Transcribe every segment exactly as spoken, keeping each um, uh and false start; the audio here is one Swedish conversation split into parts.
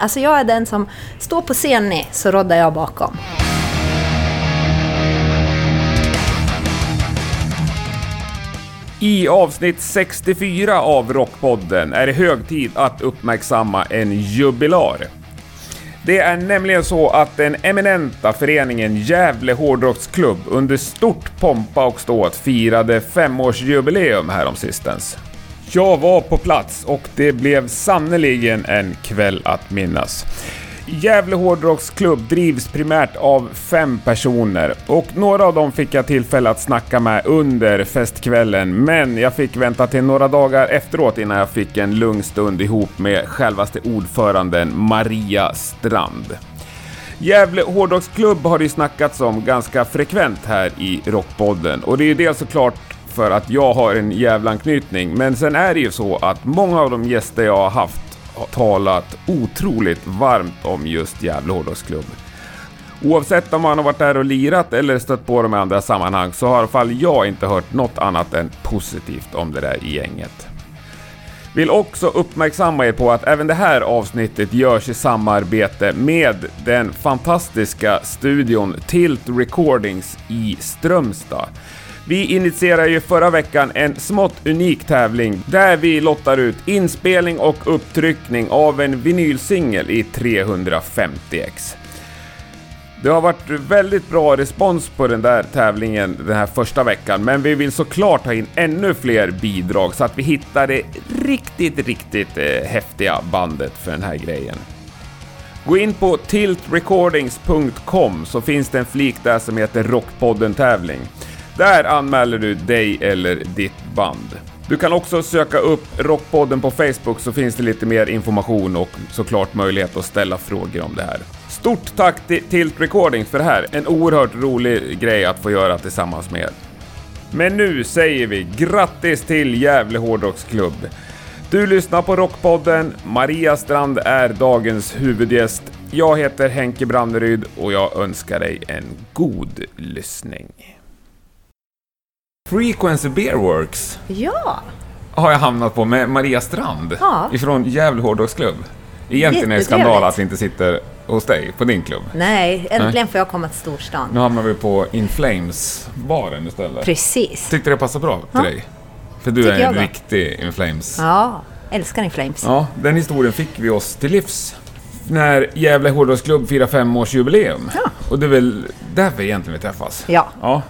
Alltså jag är den som står på scenen, så roddar jag bakom. I avsnitt sextiofyra av Rockpodden är det hög tid att uppmärksamma en jubilar. Det är nämligen så att den eminenta föreningen Gävle Hårdrocksklubb under stort pompa och ståt firade femårsjubileum häromsistens. Jag var på plats och det blev sannoliken en kväll att minnas. Gävle Hårdrocksklubb drivs primärt av fem personer och några av dem fick jag tillfälle att snacka med under festkvällen, men jag fick vänta till några dagar efteråt innan jag fick en lugn stund ihop med självaste ordföranden Maria Strand. Gävle Hårdrocksklubb har det snackats om ganska frekvent här i Rockpodden, och det är ju dels såklart för att jag har en jävla anknytning, men sen är det ju så att många av de gäster jag har haft har talat otroligt varmt om just Gävle Hårdrocksklubb. Oavsett om man har varit där och lirat eller stött på dem i andra sammanhang, så har i alla fall jag inte hört något annat än positivt om det där i gänget. Vill också uppmärksamma er på att även det här avsnittet görs i samarbete med den fantastiska studion Tilt Recordings i Strömstad. Vi initierade ju förra veckan en smått unik tävling där vi lottar ut inspelning och upptryckning av en vinylsingel i trehundrafemtio ex. Det har varit väldigt bra respons på den där tävlingen den här första veckan, men vi vill såklart ha in ännu fler bidrag så att vi hittar det riktigt, riktigt eh, häftiga bandet för den här grejen. Gå in på tilt recordings punkt com så finns det en flik där som heter Rockpodden tävling. Där anmäler du dig eller ditt band. Du kan också söka upp Rockpodden på Facebook, så finns det lite mer information och såklart möjlighet att ställa frågor om det här. Stort tack till Tilt Recordings för det här. En oerhört rolig grej att få göra tillsammans med. Men nu säger vi grattis till Gävle Hårdrocksklubb. Du lyssnar på Rockpodden. Maria Strand är dagens huvudgäst. Jag heter Henke Branneryd och jag önskar dig en god lyssning. Frequency Beerworks. Ja. Har jag hamnat på med Maria Strand. Ja. Ifrån Gävle Hårdrocksklubb. Egentligen är det skandal att vi inte sitter hos dig på din klubb. Nej, äntligen får jag komma till storstan. Nu hamnar vi på In Flames-baren istället. Precis. Tyckte det passar bra till ja. dig? För du Tycker är en riktig In Flames. Ja, älskar In Flames. Ja, den historien fick vi oss till livs när Gävle Hårdrocksklubb firar fem års jubileum. Ja. Och det är väl därför egentligen vi träffas. Ja. Ja.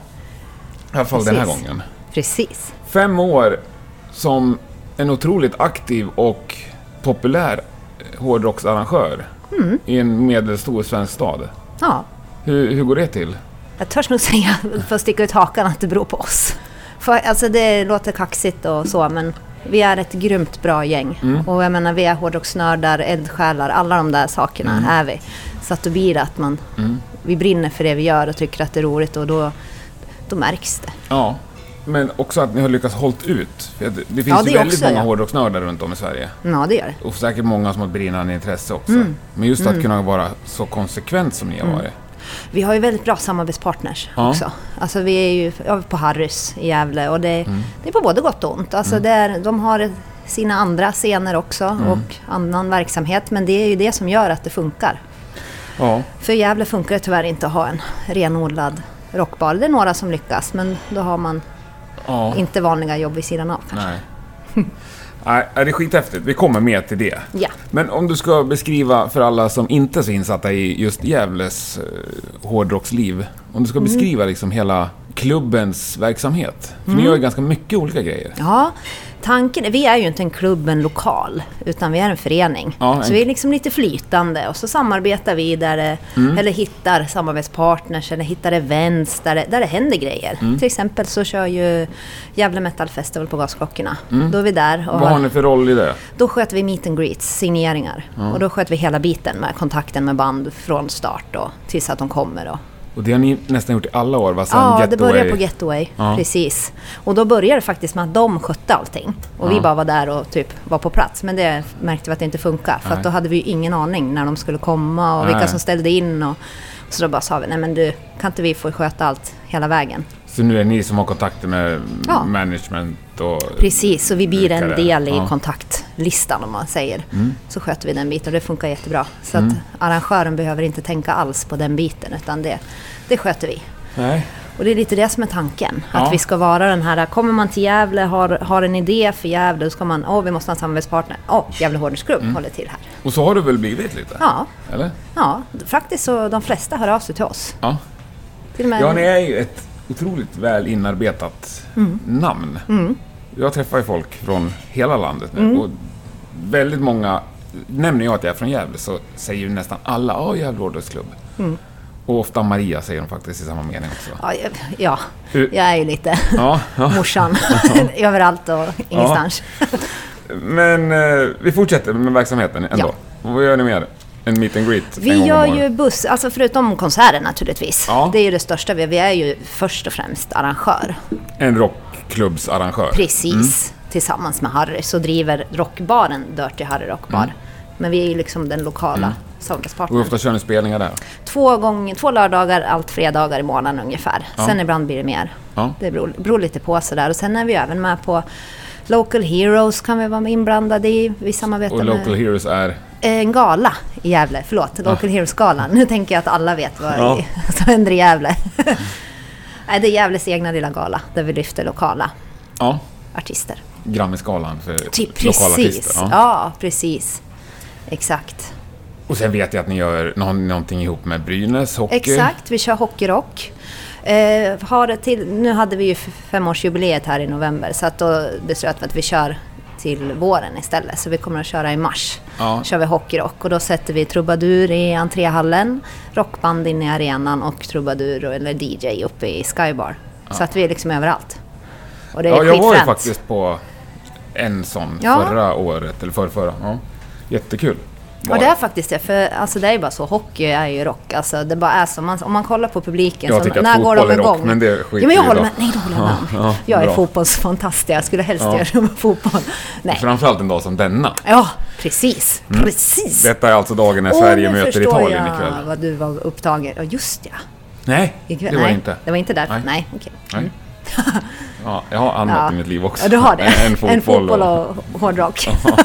I alla fall Precis. Den här gången. Precis. Fem år som en otroligt aktiv och populär hårdrocksarrangör mm. i en medelstor svensk stad. Ja. Hur, hur går det till? Jag törs nog säga, för att sticka ut hakan, att det beror på oss. För, alltså det låter kaxigt och så, men vi är ett grymt bra gäng. Mm. Och jag menar, vi är hårdrocksnördar, eldsjälar, alla de där sakerna mm. är vi. Så att då blir det att man, mm. vi brinner för det vi gör och tycker att det är roligt, och då då märks det. Ja, men också att ni har lyckats hållt ut. För det, det finns ja, det ju väldigt också, många ja. hårdrocksnördar runt om i Sverige. Ja, det gör det. Och säkert många som har brinnande intresse också. Mm. Men just att mm. kunna vara så konsekvent som ni har varit. Mm. Vi har ju väldigt bra samarbetspartners ja. också. Alltså vi är ju ja, på Harrys i Gävle, och det, mm. det är på både gott och ont. Alltså mm. där, de har sina andra scener också mm. och annan verksamhet, men det är ju det som gör att det funkar. Ja. För Gävle funkar det tyvärr inte att ha en renodlad rockbar. Det är några som lyckas, men då har man ja. inte vanliga jobb i sidan av kanske. Nej. Nej, det är skithäftigt. Vi kommer med till det. Ja. Men om du ska beskriva för alla som inte är så insatta i just Gävles eh, hårdrocksliv. Om du ska mm. beskriva liksom hela klubbens verksamhet. För mm. ni gör ju ganska mycket olika grejer. Ja, tanken, vi är ju inte en klubb, en lokal, utan vi är en förening. Ja, en... Så vi är liksom lite flytande, och så samarbetar vi där det, mm. eller hittar samarbetspartners eller hittar events där det, där det händer grejer. Mm. Till exempel så kör ju Gävle Metal Festival på Gasklockorna. Mm. Då är vi där. Och vad har ni för roll i det? Då sköter vi meet and greets, signeringar. Ja. Och då sköter vi hela biten med kontakten med band från start och tills att de kommer och Och det har ni nästan gjort i alla år, va? Sen ja, Getaway. Det började på Getaway, ja. Precis. Och då började det faktiskt med att de skötte allting. Och ja. vi bara var där och typ var på plats. Men det märkte vi att det inte funkar. För att då hade vi ju ingen aning när de skulle komma och nej. vilka som ställde in. Och, så då bara sa vi, nej men du, kan inte vi få sköta allt hela vägen? Så nu är ni som har kontakter med ja. management och... Precis, så vi blir en del i ja. kontakt listan om man säger. Mm. Så sköter vi den biten och det funkar jättebra. Så mm. att arrangören behöver inte tänka alls på den biten utan det, det sköter vi. Nej. Och det är lite det som är tanken. Ja. Att vi ska vara den här, kommer man till Gävle, har, har en idé för Gävle, då ska man, åh vi måste ha en samarbetspartner. Åh, Gävle Hårdrocksklubb mm. håller till här. Och så har du väl blivit lite? Ja. Eller? Ja, faktiskt så de flesta hör av sig till oss. Ja. Till och med... Ja, ni är ju ett otroligt väl inarbetat mm. namn. Mm. Jag träffar ju folk från hela landet nu. Mm. Och väldigt många, nämner jag att jag är från Gävle så säger ju nästan alla, ja, Gävle Hårdrocksklubb. Mm. Och ofta Maria säger de faktiskt i samma mening också. Ja, ja. jag är ju lite ja, ja. morsan överallt och ingenstans. Ja. Men eh, vi fortsätter med verksamheten ändå. Ja. Vad gör ni mer? En meet and greet? Vi gör ju buss, alltså förutom konserter naturligtvis. Ja. Det är ju det största. Vi är ju först och främst arrangör. En rockklubbsarrangör. Precis. Mm. Tillsammans med Harry så driver rockbaren Dirty Harry Rockbar. Mm. Men vi är ju liksom den lokala mm. samarbetspartnern. Hur ofta kör ni spelningar där? Två, gånger, två lördagar, allt fredagar i månaden ungefär. Ja. Sen ibland blir det mer. Ja. Det beror, beror lite på sådär. Och sen är vi även med på Local Heroes kan vi vara inblandade i. Vi samarbetar och Local med... Heroes är? En gala i Gävle, förlåt. Local ja. Heroes-galan. Nu tänker jag att alla vet vad ja. som händer i Gävle. Nej, det är Gävles egna lilla gala där vi lyfter lokala ja. artister. Grammisgalan för typ, lokala precis. artister. Ja. ja, precis. Exakt. Och sen vet jag att ni gör någonting ihop med Brynäs hockey. Exakt, vi kör hockeyrock. Eh, har det till, nu hade vi ju femårsjubileet här i november så att då beslöt vi att vi kör till våren istället. Så vi kommer att köra i mars. Ja. Kör vi hockeyrock och då sätter vi trubadur i entréhallen, rockband in i arenan och trubadur eller D J uppe i Skybar. Ja. Så att vi är liksom överallt. Och det är ja, jag var ju skitfränt. faktiskt på en sån ja. förra året eller förra, förra. Ja. Jättekul. Ja, det är faktiskt det, för alltså, det är ju bara så, hockey är ju rock, alltså, det bara är så, man, om man kollar på publiken, jag så, när går de igång? Rock, men det är skit. Ja, men jag håller med, nej, då håller jag med om. Ja, ja, jag är bra. fotbollsfantast, jag skulle helst ja. göra med fotboll. Nej. Framförallt en dag som denna. Ja, precis, mm. precis. Detta är alltså dagen när Sverige oh, möter Italien ikväll. Jag vad du var upptagen, ja just ja. Nej, ikväll. det var nej, inte. Det var inte därför, nej, nej okej. Okay. Mm. Ja, jag har annat ja. i mitt liv också. Ja, du har det. En fotboll, en fotboll och, och hårdrock.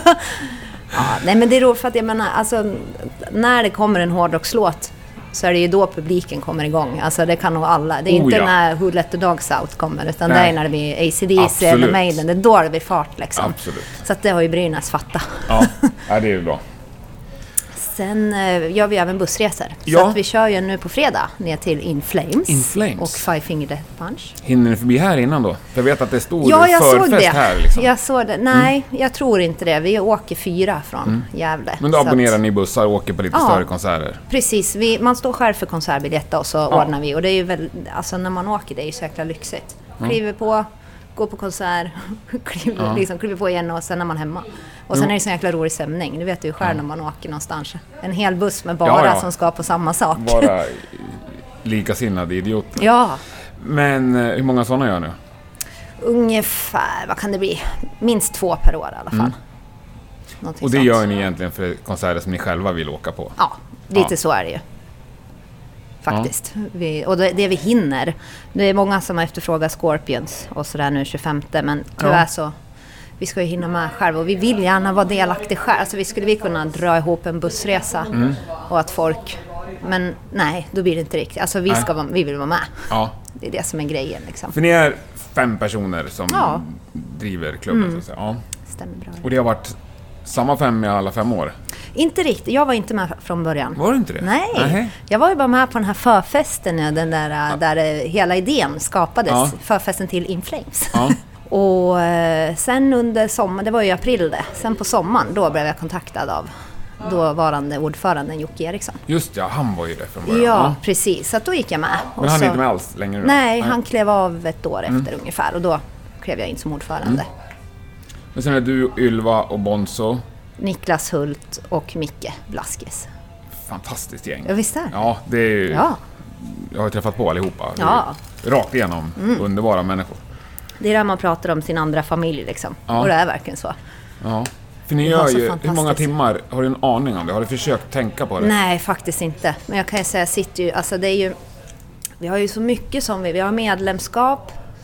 Ja, nej men det är roligt för att jag menar, alltså, när det kommer en hårdrockslåt så är det ju då publiken kommer igång. Alltså det kan nog alla. Det är oh, inte ja. när Who Let The Dogs Out kommer, utan nej. det är när det blir A C D C eller Maiden. Det är då det blir fart liksom. Absolut. Så att det har ju Brynäs fatta. Ja, ja det är ju bra. Sen uh, gör vi även bussresor. Ja. Så att vi kör ju nu på fredag ner till In Flames, In Flames. och Five Finger Death Punch. Hinner ni förbi här innan då? Jag vet att det är stor ja, jag förfest såg det. här. Liksom. Jag såg det. Nej, mm. jag tror inte det. Vi åker fyra från mm. Gävle. Men då abonnerar att... ni bussar och åker på lite ja, större konserter? Precis. Vi, man står själv för konsertbiljetter och så ja. ordnar vi. Och det är ju väl, alltså när man åker det är ju så jäkla lyxigt. Kliver på, går på konsert, kliver, ja. liksom, kliver på igen och sen är man hemma. Och sen jo. är det så jäkla rolig stämning. Du vet ju själv ja. när man åker någonstans. En hel buss med bara ja, ja. som ska på samma sak. Bara likasinnade idioter. Ja. Men hur många sådana gör nu? Ungefär, vad kan det bli? Minst två per år i alla fall. Mm. Och det sånt. Gör ni egentligen för konserter som ni själva vill åka på? Ja, lite ja. så är det ju. Faktiskt. Ja. Vi, och det, det vi hinner. Det är många som efterfrågar Scorpions och sådär nu tjugofemte. Men tyvärr ja. så vi ska ju hinna med själv. Och vi vill gärna vara delaktiga själv. Alltså vi skulle vi kunna dra ihop en bussresa. Mm. Och att folk... Men nej, då blir det inte riktigt. Alltså vi, ska vara, vi vill vara med. Ja. Det är det som är grejen. Liksom. För ni är fem personer som ja. driver klubben. Mm. Så att säga. Ja. Stämmer bra. Och det har varit samma fem i alla fem år? Inte riktigt. Jag var inte med från början. Var du inte det? Nej. Nej. Jag var ju bara med på den här förfesten. Den där, ja. där hela idén skapades. Ja. Förfesten till In Flames. Ja. Och sen under sommaren, det var ju i april det. Sen på sommaren, då blev jag kontaktad av dåvarande ordföranden Jocke Eriksson. Just ja, han var ju det från början. Ja, ja. precis. Så då gick jag med. Men han är inte med alls längre nu? Nej, nej, han klev av ett år efter mm. ungefär. Och då klev jag in som ordförande. Mm. Men sen är du, Ylva och Bonzo. Niklas Hult och Micke Blaskes. Fantastiskt gäng. Ja, visst är. Ja, det är ju... Ja. Jag har träffat på allihopa. Ja. Rakt igenom. Mm. Underbara människor. Det är där man pratar om sin andra familj liksom. Ja. Och det är verkligen så. Ja. För ni gör ju, hur många timmar, har du en aning om det? Har du försökt tänka på det? Nej, faktiskt inte. Men jag kan ju säga, sitter ju, alltså det är ju, vi har ju så mycket som vi, vi har medlemskap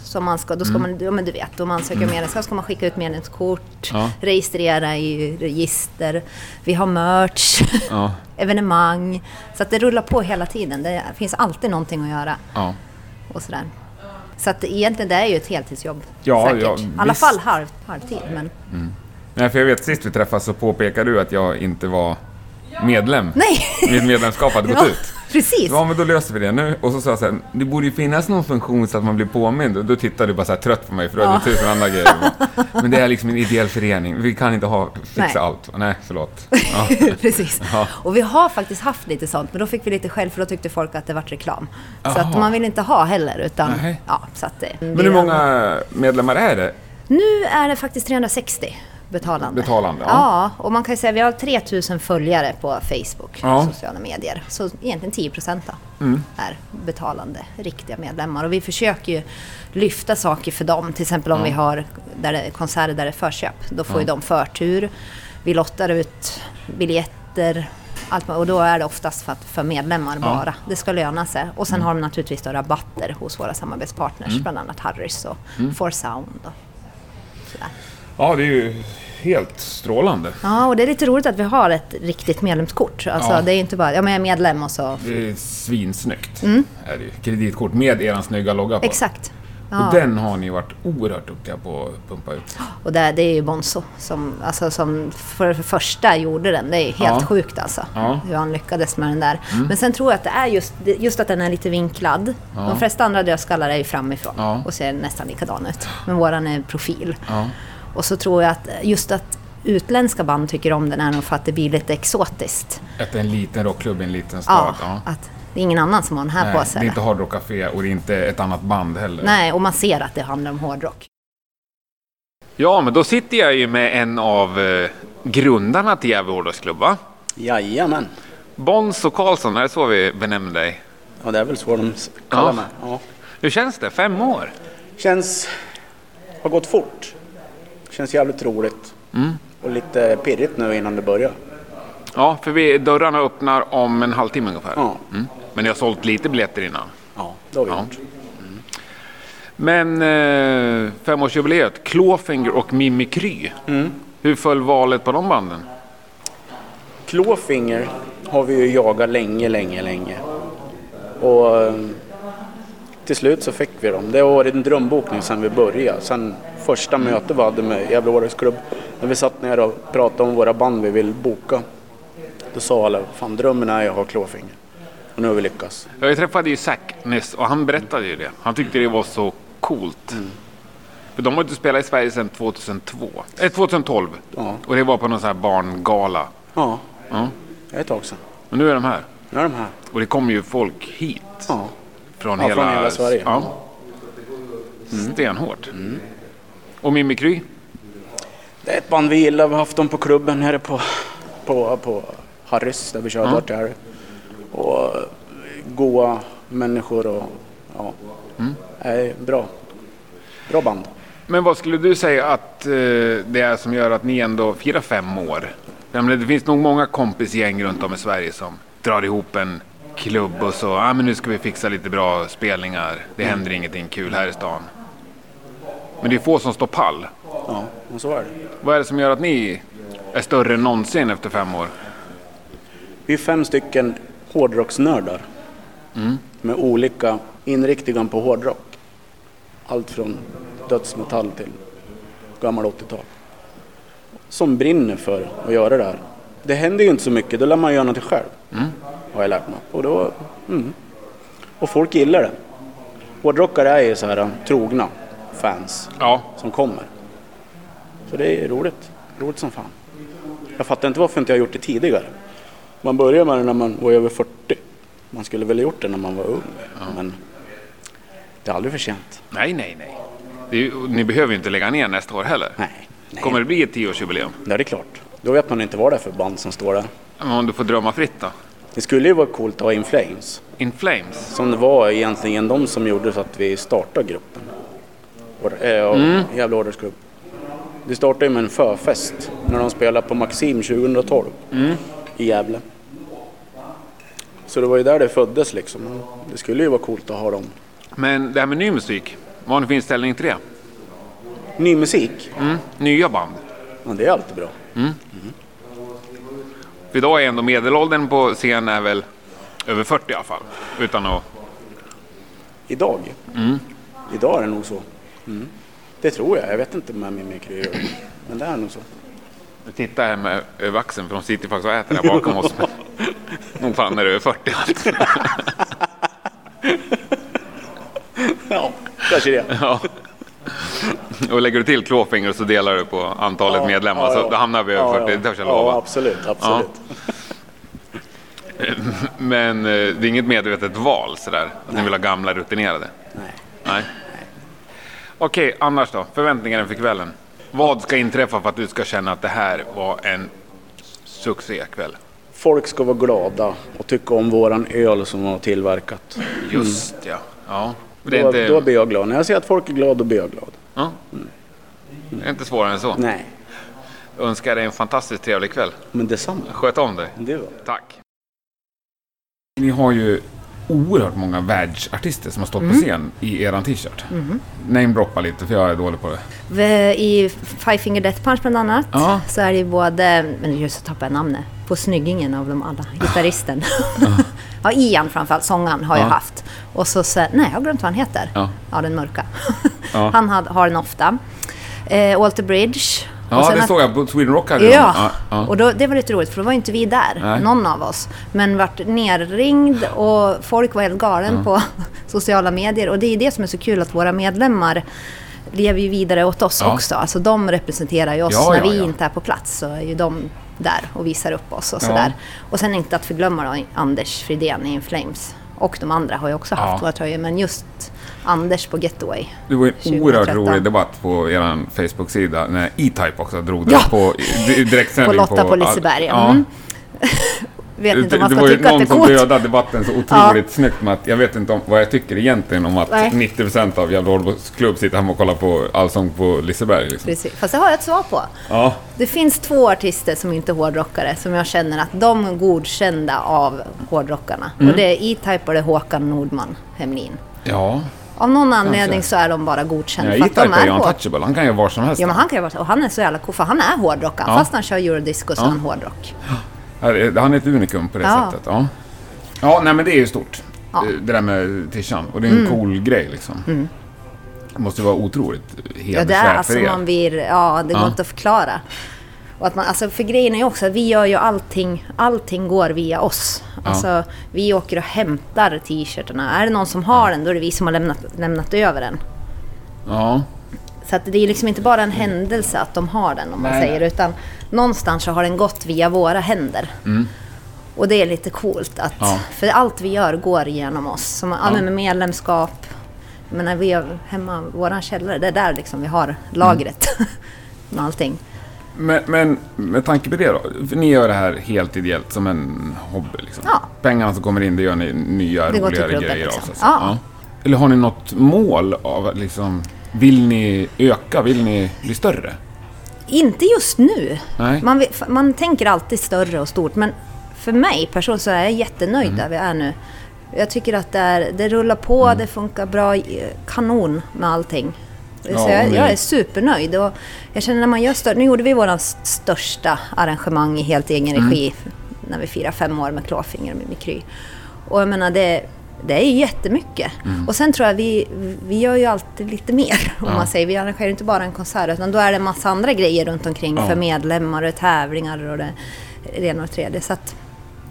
som man ska, då ska mm. man, ja men du vet, om man söker mm. medlemskap ska man skicka ut medlemskort, ja. registrera i register, vi har merch, ja. evenemang, så att det rullar på hela tiden, det finns alltid någonting att göra. Ja. Och sådär. Så att egentligen det är ju ett heltidsjobb, ja, säkert. Ja, i alla fall halv, halvtid. Men... Mm. Nej, för jag vet, sist vi träffades så påpekade du att jag inte var medlem. Nej. Mitt medlemskap hade gått ja, ut. Precis. Ja, men då löser vi det nu. Och så sa jag så här, det borde ju finnas någon funktion så att man blir påmind. Och då tittade du bara så här trött på mig för du ja. hade tusen andra grejer. Men det är liksom en ideell förening. Vi kan inte ha, fixa Nej. allt. Nej, förlåt. Ja. Precis. Ja. Och vi har faktiskt haft lite sånt. Men då fick vi lite själv för då tyckte folk att det var reklam. Aha. Så att man vill inte ha heller. Utan, ja, så att det, men hur många medlemmar är det? Nu är det faktiskt trehundrasextio. Betalande. Betalande, ja. Ja, och man kan ju säga att vi har tre tusen följare på Facebook, ja. sociala medier. Så egentligen tio procent mm. är betalande, riktiga medlemmar. Och vi försöker ju lyfta saker för dem. Till exempel om ja. vi har där det, konserter där det är förköp. Då får ja. ju de förtur. Vi lottar ut biljetter. Allt, och då är det oftast för, för medlemmar ja. bara. Det ska löna sig. Och sen mm. har de naturligtvis då rabatter hos våra samarbetspartners. Mm. Bland annat Harrys och mm. For Sound och sådär. Ja, det är ju helt strålande. Ja, och det är lite roligt att vi har ett riktigt medlemskort. Alltså, ja. det är inte bara, ja men jag är medlem och så... Det är svinsnyggt. Mm. Är det ju. Kreditkort med eran snygga logga på. Exakt. Ja. Och den har ni varit oerhört duktiga på att pumpa ut. Och det, det är ju Bonzo som, alltså, som för, för första gjorde den. Det är helt ja. sjukt alltså. Ja. Hur han lyckades med den där. Mm. Men sen tror jag att det är just, just att den är lite vinklad. Ja. De flesta andra dödskallar är ju framifrån. Ja. Och ser nästan likadan ut. Men våran är profil. Ja. Och så tror jag att just att utländska band tycker om den är nog för att det blir lite exotiskt. Att det är en liten rockklubb i en liten stad. Ja, ja. Att det är ingen annan som har den här Nej, på sig. Det är inte Hard Rock Café och det är inte ett annat band heller. Nej, och man ser att det handlar om hårdrock. Ja, men då sitter jag ju med en av eh, grundarna till Gävle Hårdrocksklubb, va? Jajamän. Bonzo Karlsson, är det så vi benämner dig? Ja, det är väl så de kallar ja. mig. Ja. Hur känns det? Fem år? Känns... har gått fort. Känns jävligt roligt. Mm. Och lite pirrigt nu innan det börjar. Ja, för vi, dörrarna öppnar om en halvtimme ungefär. Ja. Mm. Men ni har sålt lite biljetter innan. Ja, det har vi ja. gjort. Mm. Men eh, femårsjubileet, Clawfinger och Mimikry. Mm. Hur föll valet på de banden? Clawfinger har vi ju jagat länge, länge, länge. Och till slut så fick vi dem. Det har varit en drömbokning sedan vi började. Sen första mm. mötet vi hade med Gävle Hårdrocksklubb, när vi satt ner och pratade om våra band vi vill boka. Då sa alla, fan drömmen är att ha Clawfinger. Och nu har vi lyckats. Jag träffade ju Zack nyss och han berättade ju det. Han tyckte det var så coolt. Mm. För de har inte spelat i Sverige sedan tjugohundratvå. Eh, tjugotolv. Ja. Och det var på någon sån här barngala. Ja, ja. Det är ett tag sedan. Och nu är de här. Nu är de här. Och det kommer ju folk hit. Ja. Från, ja, hela... från hela Sverige. Ja. Mm. Stenhårt. Mm. Och Mimikry? Det är ett band vi gillar. Vi har haft dem på klubben här på, på, på Harrys där vi kör Dirty Harry. Och goa människor och ja, mm. är bra. Bra band. Men vad skulle du säga att eh, det är som gör att ni ändå firar fem år? Det finns nog många kompisgäng runt om i Sverige som drar ihop en klubb och så, ja ah, men nu ska vi fixa lite bra spelningar. Det händer mm. ingenting kul här i stan. Men det är få som står pall. Ja, och så är det. Vad är det som gör att ni är större än någonsin efter fem år? Vi är fem stycken hårdrocksnördar. Mm. Med olika inriktningar på hårdrock. Allt från dödsmetall till gammal åttiotal. Som brinner för att göra det här. Det händer ju inte så mycket, då lär man göra något själv. Mm. Har jag lärt mig. Och, då, mm. och folk gillar det. Hårdrockare är ju så här trogna fans ja. som kommer. Så det är roligt. Roligt som fan. Jag fattar inte varför inte jag har gjort det tidigare. Man börjar med det när man var över fyrtio. Man skulle väl ha gjort det när man var ung. Ja. Men det är aldrig för sent. Nej, nej, nej. Det är ju, ni behöver ju inte lägga ner nästa år heller. Nej. nej. Kommer det bli ett tioårsjubileum? Ja, det är klart. Då vet man inte vad det är för band som står där. Men om du får drömma fritt då? Det skulle ju vara coolt att ha In Flames. In Flames? Som det var egentligen de som gjorde så att vi startade gruppen. Och, äh, och mm. Gävle Hårdrocksklubb. Det startade med en förfest när de spelade på Maxim tjugotolv mm. i Gävle. Så det var ju där det föddes liksom. Det skulle ju vara coolt att ha dem. Men det här med ny musik, Vad har ni för inställning till det? Ny musik? Mm. Nya band? Ja, det är alltid bra. Mm. Mm. För idag är ändå medelåldern på scen är väl över fyrtio i alla fall. Utan att... Idag? Mm. Idag är det nog så. Mm. Det tror jag. Jag vet inte med min mikro. Men det är nog så. Jag tittar här med över axeln för de sitter faktiskt och äter där bakom oss. Nog fan är det över fyrtio. Ja, kanske det. Ja. Och lägger du till klåfinger så delar du på antalet ja, medlemmar ja, ja. Så då hamnar vi över fyrtio, det törs jag lova. Ja, absolut, absolut. Ja. Men det är inget medvetet val sådär, att Nej. Ni vill ha gamla rutinerade? Nej. Nej. Okej, annars då? Förväntningarna för kvällen. Vad ska inträffa för att du ska känna att det här var en succékväll? Folk ska vara glada och tycka om våran öl som har tillverkat. Just ja. Ja. Det är då, inte... då blir jag glad. När jag ser att folk är glada, då blir jag glad. Ja. Mm. Det är inte svårare än så. Nej. Jag önskar dig en fantastiskt trevlig kväll. Men detsamma. Sköt om dig. Det var. Tack. Ni har ju oerhört många världsartister som har stått mm. på scen i eran t-shirt. Mm. Namedroppa lite för jag är dålig på det. I Five Finger Death Punch bland annat ja. Så är det både, men just så tappar jag namnet, på snyggingen av dem alla, gitarristen. Ja. Ja, Ian framförallt, sångaren har ja. jag haft. Och så, så, nej jag har glömt vad han heter. Ja, ja den mörka. Ja. Han had, har den ofta. Eh, Walter Bridge. Ja, det att, såg jag på Sweden Rock. Ja, ja, ja. Och då, det var lite roligt för då var inte vi där, Nej. någon av oss. Men vart nerringd och folk var helt galen ja. på sociala medier. Och det är det som är så kul att våra medlemmar lever ju vidare åt oss ja. också. Alltså de representerar ju oss ja, när ja, vi ja. inte är på plats. Så är ju de där och visar upp oss och sådär. Ja. Och sen inte att förglömma då Anders Fridén i In Flames. Och de andra har ju också haft ja. våra tröjor. Men just Anders på Getaway. Det var en oerhört rolig debatt på er Facebook-sida när E-Type också drog det ja. på direktsändning på Lotta på, på Liseberg. Ja. Mm. Vet inte om man ska det var tycka ju någon att det är som dödade debatten så otroligt ja. snyggt med att jag vet inte om vad jag tycker egentligen om att Nej. nittio procent av Jävla Hårdrocks klubb sitter hemma och kollar på Allsång på Liseberg. Liksom. Precis, fast det har jag ett svar på. Ja. Det finns två artister som inte är hårdrockare som jag känner att de är godkända av hårdrockarna. Mm. Och det är E-Type och det är Håkan Nordman Hemlin. Ja. Av någon anledning så är de bara godkända. Ja, E-Type är ju untouchable. Han kan ju vara som helst. Ja, men han kan ju vara, och han är så jävla cool för han är hårdrockare. Ja. Fast han kör Eurodisco så ja. han hårdrock. Han är ett unikum på det ja. sättet. Ja. Ja, nej men det är ju stort. Ja. Det där med tishan. Och det är en mm. cool grej liksom. Mm. Det måste vara otroligt hedersvärt ja, det är alltså för er. Man blir, ja, det går ja. inte att förklara. Och att man, alltså för grejen är ju också att vi gör ju allting, allting går via oss. Ja. Alltså vi åker och hämtar t-shirtarna. Är det någon som har ja. den, då är det vi som har lämnat, lämnat över den. Ja. Så att det är liksom inte bara en händelse att de har den, om man Nej. säger, utan någonstans så har den gått via våra händer. Mm. Och det är lite coolt att, ja. för allt vi gör går genom oss. Som ja. med medlemskap, men när vi är hemma, våran källare, det är där liksom vi har lagret mm. med allting. Men, men med tanke på det då, för ni gör det här helt ideellt som en hobby liksom. Ja. Pengarna som kommer in, det gör ni nya det roligare grejer liksom. av. Så ja. Ja. Eller har ni något mål av liksom, vill ni öka, vill ni bli större? Inte just nu. Nej. Man, man tänker alltid större och stort, men för mig personligen så är jag jättenöjd mm. där vi är nu. Jag tycker att det, är, det rullar på, mm. det funkar bra, kanon med allting. Ja, så jag, jag är supernöjd och jag känner när man gör större, nu gjorde vi våran största arrangemang i helt egen mm. regi när vi firar fem år med Klåfinger och med Mikry. Och jag menar det Det är ju jättemycket. Mm. Och sen tror jag vi, vi gör ju alltid lite mer. Om ja. man säger. Vi arrangerar inte bara en konsert, utan då är det en massa andra grejer runt omkring ja. för medlemmar och tävlingar och det, det ena och det tredje. Så att,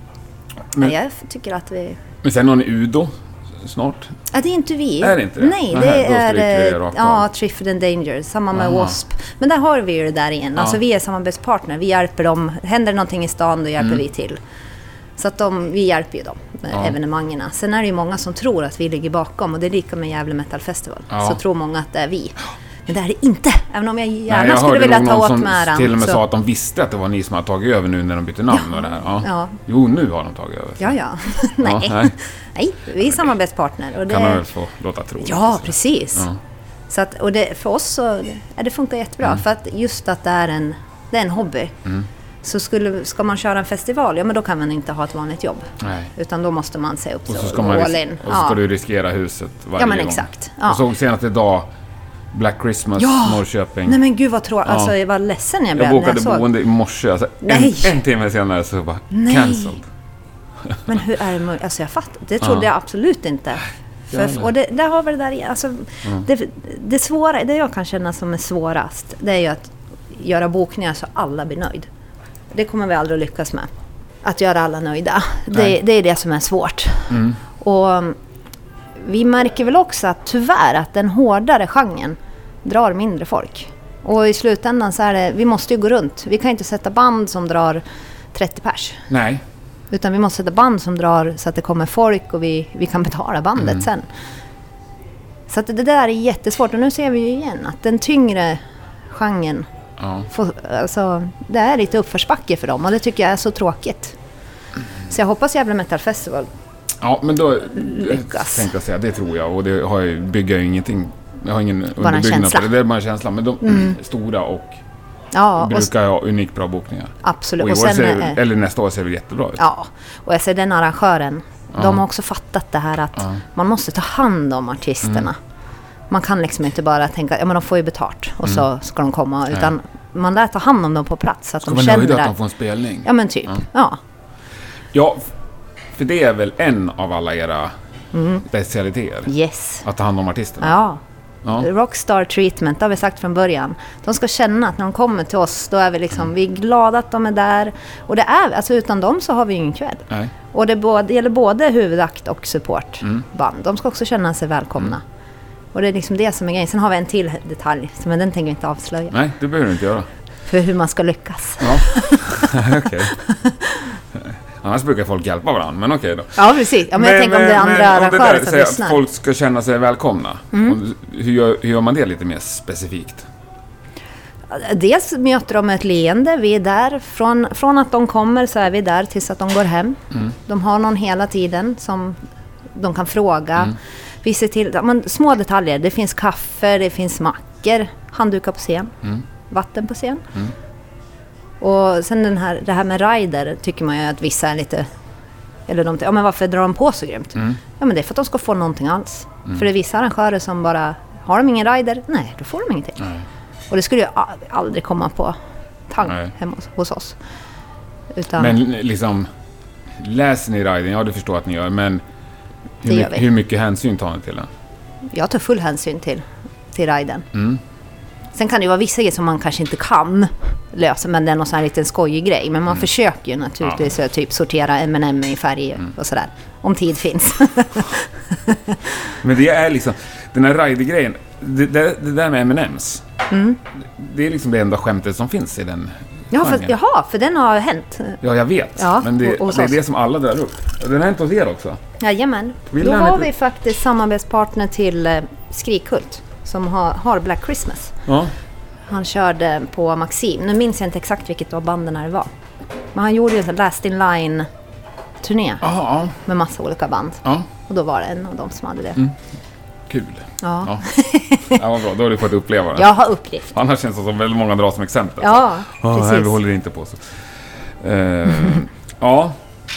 men, jag tycker att vi... Men sen har ni Udo snart? Ja, det är inte vi. Är det inte det? Nej, det är, är ja, Triffid and Danger, samma med Aha. W A S P. Men där har vi ju det där igen. Ja. Alltså vi är samarbetspartner. Vi hjälper dem. Händer någonting i stan, då hjälper mm. vi till. Så att de, vi hjälper ju dem med ja. evenemangerna. Sen är det ju många som tror att vi ligger bakom. Och det är lika med Gävle Metal Festival. Ja. Så tror många att det är vi. Men det är det inte. Även om jag gärna Nej, jag skulle vilja ta åt med den. Till och med så. sa att de visste att det var ni som hade tagit över nu när de bytte namn. Ja. Och det här. Ja. Ja. Jo, nu har de tagit över. Ja, ja. nej. Ja, nej. nej, vi är samarbetspartner. Och det... kan man väl få låta tro. Ja, precis. Ja. Så att, och det, för oss så är det funkar jättebra. Mm. För att just att det är en, det är en hobby. Mm. Så skulle, ska man köra en festival, ja men då kan man inte ha ett vanligt jobb. Nej. Utan då måste man se upp Och så så ska, man all ris- in. och så ska Ja. du riskera huset varje Ja men gång. exakt. Ja. Jag såg senast idag Black Christmas, Ja! Norrköping. Nej men gud vad tråkigt. Ja. Alltså jag var ledsen jag jag blev när bokade jag såg. boende i morse. Alltså, en, Nej. en timme senare så bara Nej. cancelled. Men hur är det möjligt? Alltså jag fattar. Det trodde Ja. jag absolut inte. För, Jävlar. och det, där har vi det där, alltså, det, det svåra, det jag kan känna som är svårast, det är ju att göra bokningar så alla blir nöjd. Det kommer vi aldrig att lyckas med. Att göra alla nöjda. Det, det är det som är svårt. Mm. Och um, vi märker väl också att tyvärr att den hårdare genren drar mindre folk. Och i slutändan så är det, vi måste ju gå runt. Vi kan inte sätta band som drar trettio pers. Nej. Utan vi måste sätta band som drar så att det kommer folk och vi, vi kan betala bandet Mm. sen. Så att det där är jättesvårt. Och nu ser vi ju igen att den tyngre genren, Ja. får, alltså, det är lite uppförsbacke för dem. Och det tycker jag är så tråkigt. Så jag hoppas Gävle Metal Festival. Ja, men då Lyckas. tänkte jag säga, det tror jag. Och det har jag, bygger jag ju ingenting. Jag har ingen Bara en underbyggnad känsla. på det. Det är bara en känsla. Men de Mm. stora och Ja, och, brukar ha unikt bra bokningar. absolut. Och, i Och år sen, ser, är- eller nästa år ser det jättebra ut. ja, och jag ser den arrangören. Ja. De har också fattat det här att Ja. man måste ta hand om artisterna. Mm. Man kan liksom inte bara tänka, ja men de får ju betalt och Mm. så ska de komma. Utan man lär ta hand om dem på plats så att Ska de vara känner nöjda att det. de får en spelning. Ja men typ, Ja. ja. Ja, f- för det är väl en av alla era Mm. specialiteter. Yes. Att ta hand om artisterna. Ja. Ja. Rockstar treatment, det har vi sagt från början. De ska känna att när de kommer till oss, då är vi liksom, vi är glada att de är där. Och det är, alltså utan dem så har vi ju ingen kväll. Nej. Och det, både, det gäller både huvudakt och supportband. Mm. De ska också känna sig välkomna. Och det är liksom det som är grejen. Sen har vi en till detalj, men den tänker vi inte avslöja. Nej, det behöver du inte göra. För hur man ska lyckas. Ja, okej. Annars brukar folk hjälpa varandra, men okej då. Ja, precis. Ja, men, jag tänker om det är andra men om det arrangörer där som säger lyssnar. att folk ska känna sig välkomna. Och hur, gör, hur gör man det lite mer specifikt? Dels möter de ett leende. Vi är där. Från, från att de kommer så är vi där tills att de går hem. Mm. De har någon hela tiden som de kan fråga. Mm. Vi ser till, ja, men, små detaljer. Det finns kaffe, det finns mackor, handdukar på scen, Mm. vatten på scen. Mm. Och sen den här, det här med rider tycker man ju att vissa är lite... Eller de, ja men varför drar de på så grymt? Mm. Ja men det är för att de ska få någonting alls. För det är vissa arrangörer som bara, har de ingen rider? Nej, då får de ingenting. Nej. Och det skulle ju a- aldrig komma på tang Nej. hemma hos, hos oss. Utan, Men liksom, läser ni riden? Ja, det förstår att ni gör, men hur, Det gör mycket, vi. hur mycket hänsyn tar ni till den? jag tar full hänsyn till, till riden. Mm. Sen kan det ju vara vissa grejer som man kanske inte kan lösa, men det är någon sån här liten skojig grej. Men man försöker ju naturligtvis att typ sortera M and M i färg och sådär. Om tid finns. Men det är liksom, den här rider-grejen, det, det, det där med M and M's, Mm. det är liksom det enda skämtet som finns i den Ja, för, genren. jaha, för den har hänt. Ja, jag vet. Ja, men det, och- hos det är oss. det som alla drar upp. Och den har hänt hos er också. Jajamän. Vill Då den var inte- vi faktiskt samarbetspartner till eh, Skrikhult som har, har Black Christmas. Ja. Han körde på Maxim. Nu minns jag inte exakt vilket av banden det var. Men han gjorde ju en Last in Line-turné Ja, med massa olika band. ja. Och då var det en av dem som hade det. Mm. Kul. Ja. Ja. Ja, vad bra. Då har du fått uppleva det. Jag har upplevt. Annars känns det som väldigt många drar som exempel. Ja, Så. Oh, nej, precis. vi håller inte på så. Eh, ja.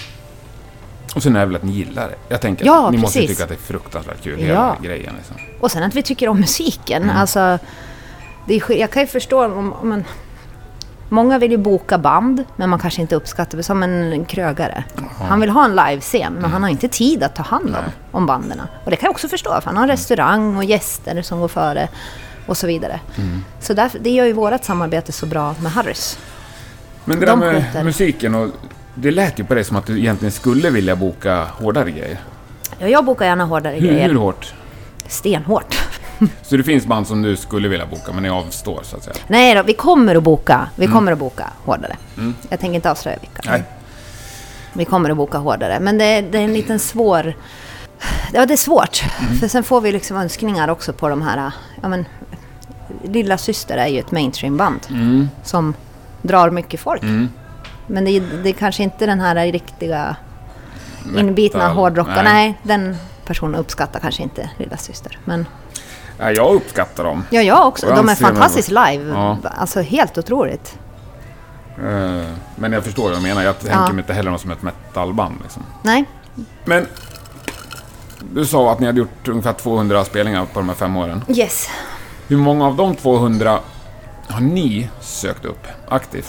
Och sen är det väl att ni gillar det. Jag tänker Ja, att ni måste ju precis. tycka att det är fruktansvärt kul, Ja. hela grejen. Liksom. Och sen att vi tycker om musiken. Mm. Alltså, det är, sk- jag kan ju förstå om, om en, många vill ju boka band, men man kanske inte uppskattar det som en krögare. Han vill ha en livescen, men han har inte tid att ta hand om, Nej. om banden. Och det kan jag också förstå, för han har en restaurang och gäster som går före och så vidare. Mm. Så därför, det gör ju vårt samarbete så bra med Harrys. Men det De där med skjuter. musiken, och det lät ju på det som att du egentligen skulle vilja boka hårdare grejer. Ja, jag bokar gärna hårdare Hur, grejer. hur hårt? Stenhårt. Så det finns band som du skulle vilja boka, men ni avstår så att säga. Nej då, vi kommer att boka. Vi kommer att boka hårdare. Mm. Jag tänker inte avslöja vilka. Nej. Vi kommer att boka hårdare. Men det, det är en liten svår... Ja, det är svårt. Mm. För sen får vi liksom önskningar också på de här... Ja, men, Lilla Syster är ju ett mainstreamband Mm. som drar mycket folk. Mm. Men det, är- det är kanske inte den här riktiga inbitna Metal. hårdrockaren. Nej. Nej, den personen uppskattar kanske inte Lilla Syster. Men Nej, jag uppskattar dem. ja, jag också. Och jag De är anser mig- fantastiskt live. Ja. Alltså helt otroligt. Uh, men jag förstår vad jag menar. Jag tänker ja. mig inte heller något som ett metalband. Liksom. Nej. Men du sa att ni hade gjort ungefär tvåhundra spelningar på de här fem åren. Yes. Hur många av de tvåhundra har ni sökt upp aktivt?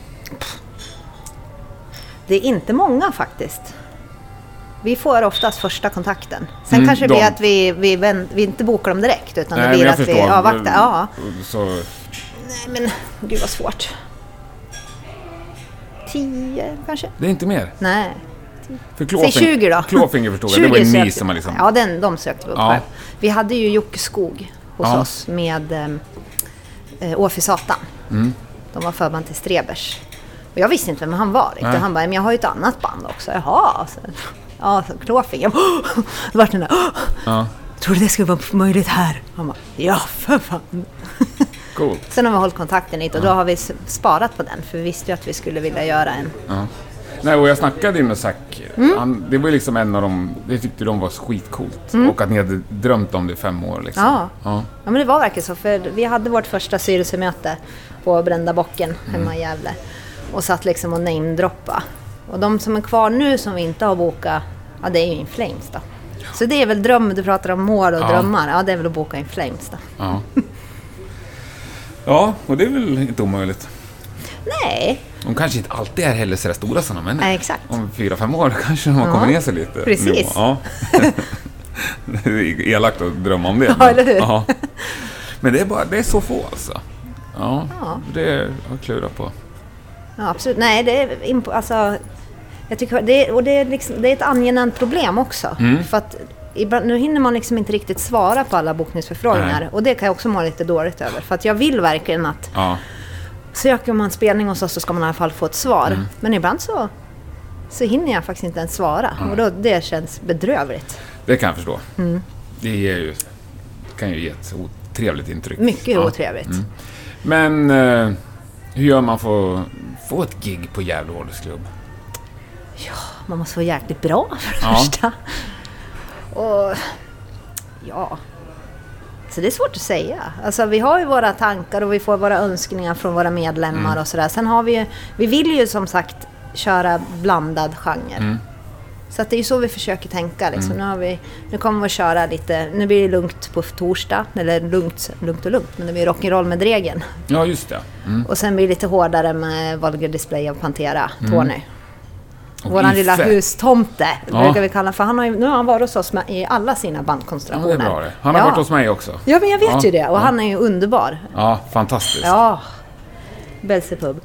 Det är inte många faktiskt. Vi får oftast första kontakten. Sen Mm, kanske det de- blir att vi, vi, vänt, vi inte bokar dem direkt, utan Nej, det blir men jag att vi förstår. avvaktar. Ja. Så, Nej, men gud vad svårt. Tio kanske? det är inte mer. Nej. För Säg Klåfing, tjugo då. Klåfinger förstod jag. Det var ju ni sökte- som har liksom... Ja, den, de sökte vi upp Ja. själv. Vi hade ju Jocke Skog hos Ja. oss med eh, Åfi Satan. Mm. De var förband till Strebers. Och jag visste inte vem han var. Nej. Riktigt. Han bara, men jag har ju ett annat band också. Jaha. Så, ja, så Klåfinger. Det var den där. Ja, Tror du det skulle vara möjligt här? Han bara, ja för fan. coolt. Sen har vi hållit kontakten lite och då har vi s- sparat på den. För vi visste ju att vi skulle vilja göra en. Ja. Nej, och jag snackade med Zack. Mm. Han, det var ju liksom en av dem, det tyckte de var skitcoolt. Och att ni hade drömt om det i fem år liksom. Ja. Ja. Ja, men det var verkligen så. För vi hade vårt första styrelsemöte på Brända bocken hemma i Gävle. Och satt liksom och namedroppa. Och de som är kvar nu som vi inte har bokat, ja det är ju In Flames då. Så det är väl dröm, du pratar om mål och Ja. drömmar. Ja, det är väl att boka In Flames då. Ja. Ja, och det är väl inte omöjligt. Nej, De kanske inte alltid är heller så där stora som de är nu. nej exakt. Om fyra, fem år kanske de har Ja, kommit ner sig lite. precis. Nivå. Ja. Det är elakt att drömma om det. Ja, men- eller hur? Ja. Men det är, bara, det är så få alltså. Ja, Ja. det har jag klurat på. Ja, absolut. Nej, det är impo- alltså, jag tycker det är, och det är liksom, det är ett angenämt problem också. Mm. För att ibland, nu hinner man liksom inte riktigt svara på alla bokningsförfrågningar. Nej. Och det kan jag också må lite dåligt över. För att jag vill verkligen att Ja. söker man spelning hos oss så ska man i alla fall få ett svar. Mm. Men ibland så, så hinner jag faktiskt inte ens svara. Och då, det känns bedrövligt. Det kan jag förstå. Mm. Det ger ju, kan ju ge ett otrevligt intryck. Mycket Ja. otrevligt. Mm. Men eh, hur gör man för att få ett gig på Gävle Hårdrocksklubb? Man måste vara jäkligt bra för det Ja. första. Och ja, så det är svårt att säga. Alltså vi har ju våra tankar och vi får våra önskningar från våra medlemmar Mm. och sådär. Sen har vi ju, vi vill ju som sagt köra blandad genre. Mm. Så att det är ju så vi försöker tänka. Liksom. Nu, har vi, nu kommer vi att köra lite, nu blir det lugnt på torsdag, eller lugnt, lugnt och lugnt, men det blir rock'n'roll med Dregen. Ja, just det. Mm. Och sen blir det lite hårdare med Vulgar Display av Pantera, Tony. Och Våran lilla Iffe. hustomte, Ja. brukar vi kalla för. Han har ju, nu har han varit hos oss med, i alla sina Ja, det bandkonstellationer. är bra det. Han har ja. varit hos mig också. Ja, men jag vet Ja. ju det. Och Ja. han är ju underbar. Ja, fantastiskt. Ja, Belzebub.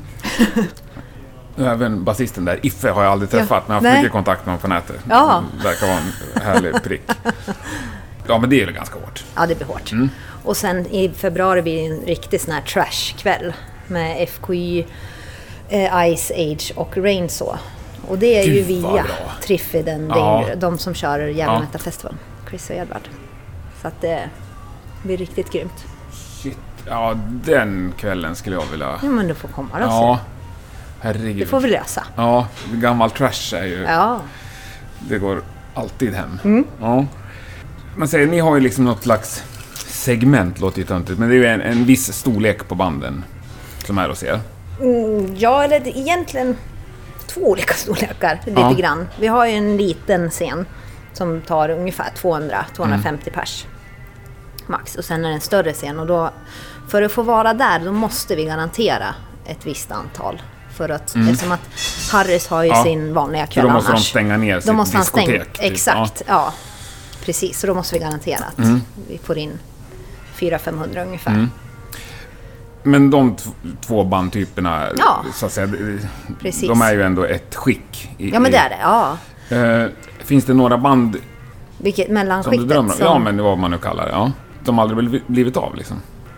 Även basisten där, Iffe, har jag aldrig träffat, Ja. men jag har haft Nej. mycket kontakt med honom på nätet. Ja. Det verkar vara en härlig prick. Ja, men det är ju ganska hårt. Ja, det blir hårt. Mm. Och sen i februari blir det en riktig sån här trash-kväll med F K Y, eh, Ice Age och Rainsaw. Och det är Gud, ju vad via bra. Triffiden, Ja. de som kör Gävle Ja. Metal Festival, Chris och Edvard. Så att det blir riktigt grymt. Shit. Ja, den kvällen skulle jag vilja... Ja, men du får komma då. Ja, Ja. herregud. Det får vi lösa. Ja, gammal trash är ju... Ja. Det går alltid hem. Mm. Ja. Man säger, ni har ju liksom något slags segment, låter ju töntigt, men det är ju en, en viss storlek på banden som är hos er. Mm, ja, eller det- egentligen två olika storlekar, lite Ja. grann. Vi har ju en liten scen som tar ungefär tvåhundra till tvåhundrafemtio Mm. pers max. Och sen är det en större scen. Och då, för att få vara där, då måste vi garantera ett visst antal. För att, eftersom att Harris har ju Mm. Ja. sin vanliga För kväll då måste annars. de stänga ner sitt Då måste han diskotek. stänga. typ. Exakt, ja. Precis, så då måste vi garantera att Mm. vi får in fyra till femhundra ungefär. Mm. Men de t- två bandtyperna, Ja. så att säga, de- Precis. de är ju ändå ett skick. I, Ja, men det är det. Ja. Eh, finns det några band Vilket som mellanskiktet. du drömmer om? som- Ja, men vad man nu kallar det. Ja. De har aldrig blivit- blivit av liksom.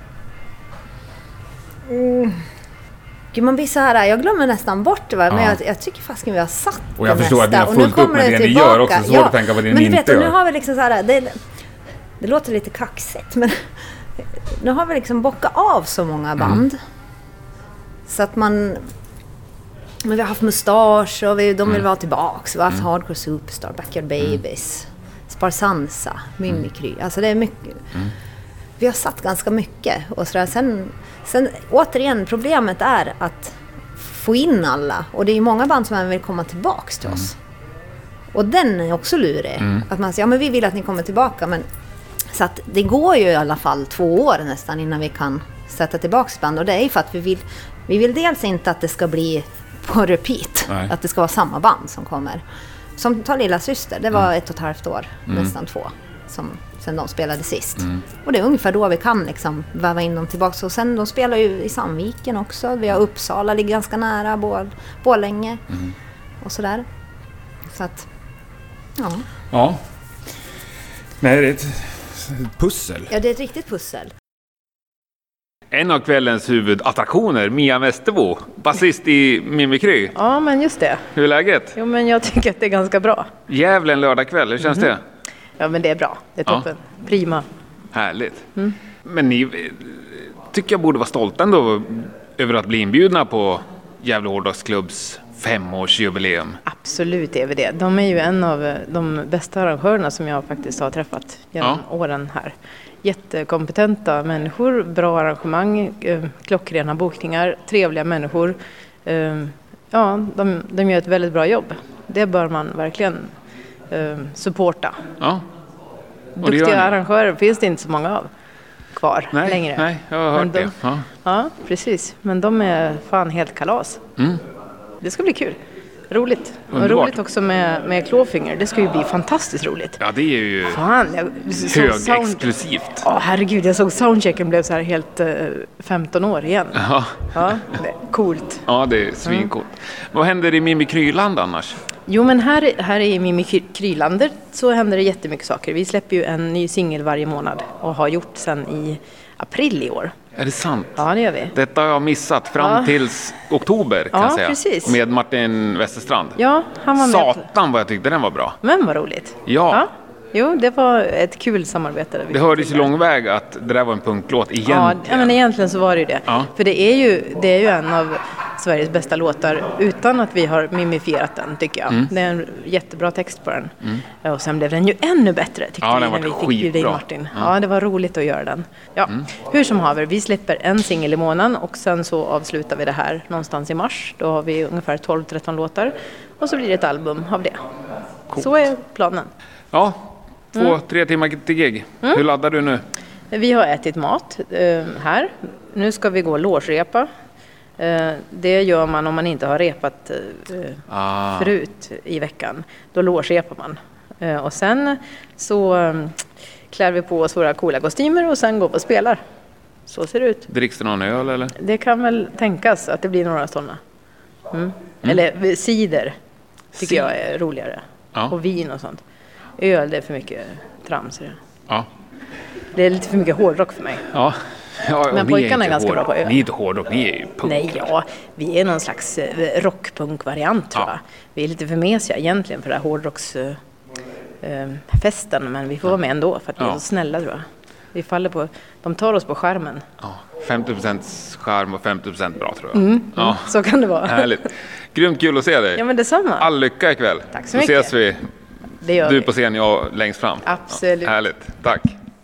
Gud, man blir så här, jag glömmer nästan bort det, va? men Ja. jag, jag tycker fasken vi har satt Och jag det förstår att ni mesta. har Och nu fullt upp kommer med det ni tillbaka. gör också, så svårt att tänka på det men ni vet inte du, gör. nu har vi liksom så här, det, det låter lite kaxigt, men nu har vi liksom bockat av så många band. Mm. Så att man... Men vi har haft Mustasch och vi, de vill Mm. vara tillbaks. Vi har haft Hardcore Superstar, Backyard Babies, Sparsansa, Mimikry. Alltså det är mycket... Mm. Vi har satt ganska mycket. Och så där. Sen, sen återigen, problemet är att få in alla. Och det är ju många band som även vill komma tillbaks till oss. Mm. Och den är också lurig. Mm. Att man säger, ja men vi vill att ni kommer tillbaka. Men, så att det går ju i alla fall två år nästan innan vi kan sätta tillbaks band. Och det är ju för att vi vill, vi vill dels inte att det ska bli på repeat. Nej. Att det ska vara samma band som kommer. Som tar Lilla Syster, det var mm. ett och ett halvt år, mm. nästan två. Som, sen de spelade sist. Mm. Och det är ungefär då vi kan liksom väva in dem tillbaka. Och sen de spelar ju i Sandviken också. Vi har Uppsala, ligger ganska nära, Bål, Bålänge mm. och sådär. Så att, ja. Ja. Nej, det är ett pussel. Ja, det är ett riktigt pussel. En av kvällens huvudattraktioner, Mia Westerbo, basist i Mimikry. Ja, men just det. Hur är läget? Jo, men jag tycker att det är ganska bra. Gävle en lördag kväll, hur känns mm-hmm. det? Ja, men det är bra. Det är toppen. Ja. Prima. Härligt. Mm. Men ni tycker jag borde vara stolta ändå över att bli inbjudna på Gävle Hårdrocksklubbs femårsjubileum. Absolut är vi det. De är ju en av de bästa arrangörerna som jag faktiskt har träffat genom ja. åren här. Jättekompetenta människor, bra arrangemang, klockrena bokningar, trevliga människor. Ja, de, de gör ett väldigt bra jobb. Det bör man verkligen supporta. Ja. Duktiga arrangörer finns det inte så många av kvar nej, längre. Nej, jag har hört de, det. Ja. ja, precis. Men de är fan helt kalas. Mm. Det ska bli kul. Roligt. Och roligt också med, med Clawfinger. Det ska ju bli fantastiskt roligt. Ja, det är ju fan, jag, högexklusivt. Ja, oh, herregud. Jag såg soundchecken blev så här helt uh, femton år igen. Ja. Ja, det är coolt. Ja, det är svincoolt. Mm. Vad händer i Mimikryland annars? Jo, men här, här i Mimikrylandet så händer det jättemycket saker. Vi släpper ju en ny singel varje månad och har gjort sen i april i år. Är det sant? Ja, det gör vi. Detta har jag missat fram ja. tills oktober kan ja, jag säga. Precis. Med Martin Westerstrand. Ja, han var med. Satan vad jag tyckte den var bra. Men vad roligt. Ja. ja. Jo, det var ett kul samarbete. Det hördes ju lång väg att det där var en punktlåt egentligen. Ja, ja men egentligen så var det ju det. Ja. För det är ju, det är ju en av Sveriges bästa låtar utan att vi har mimifierat den, tycker jag. Mm. Det är en jättebra text på den. Mm. Och sen blev den ju ännu bättre, tyckte ja, vi, när vi fick bjuda in Martin. Ja. ja, det var roligt att göra den. Ja, mm. hur som haver, vi släpper en singel i månaden och sen så avslutar vi det här någonstans i mars. Då har vi ungefär tolv tretton låtar och så blir det ett album av det. Coolt. Så är planen. Ja, två, mm. tre timmar till gig. Mm. Hur laddar du nu? Vi har ätit mat eh, här. Nu ska vi gå och logerepa. Eh, det gör man om man inte har repat eh, ah. förut i veckan. Då logerepar man. Eh, och sen så eh, klär vi på oss våra coola kostymer och sen går vi och spelar. Så ser det ut. Dricks det någon öl eller? Det kan väl tänkas att det blir några sådana. Mm. Mm. Eller cider tycker C- jag är roligare. Ja. Och vin och sånt. Öl, det är för mycket trams. Ja. Det är lite för mycket hårdrock för mig. Ja. Ja, men pojkarna är, är ganska hård. bra på öl. Ni är inte hårdrock, ni är ju punk. Nej, ja. Vi är någon slags rockpunk-variant, tror ja. jag. Vi är lite för mesiga egentligen för det här hårdrocksfesten. Uh, men vi får ja. vara med ändå för att vi ja. är så snälla, tror jag. Vi faller på, de tar oss på skärmen. Ja. femtio procent skärm och femtio procent bra, tror jag. Mm, ja. mm, så kan det vara. Härligt. Grymt kul att se dig. Ja, men detsamma. All lycka ikväll. Tack så, så mycket. ses vi. Det gör du vi. på scen, jag längst fram. Absolut. Ja, härligt. Tack.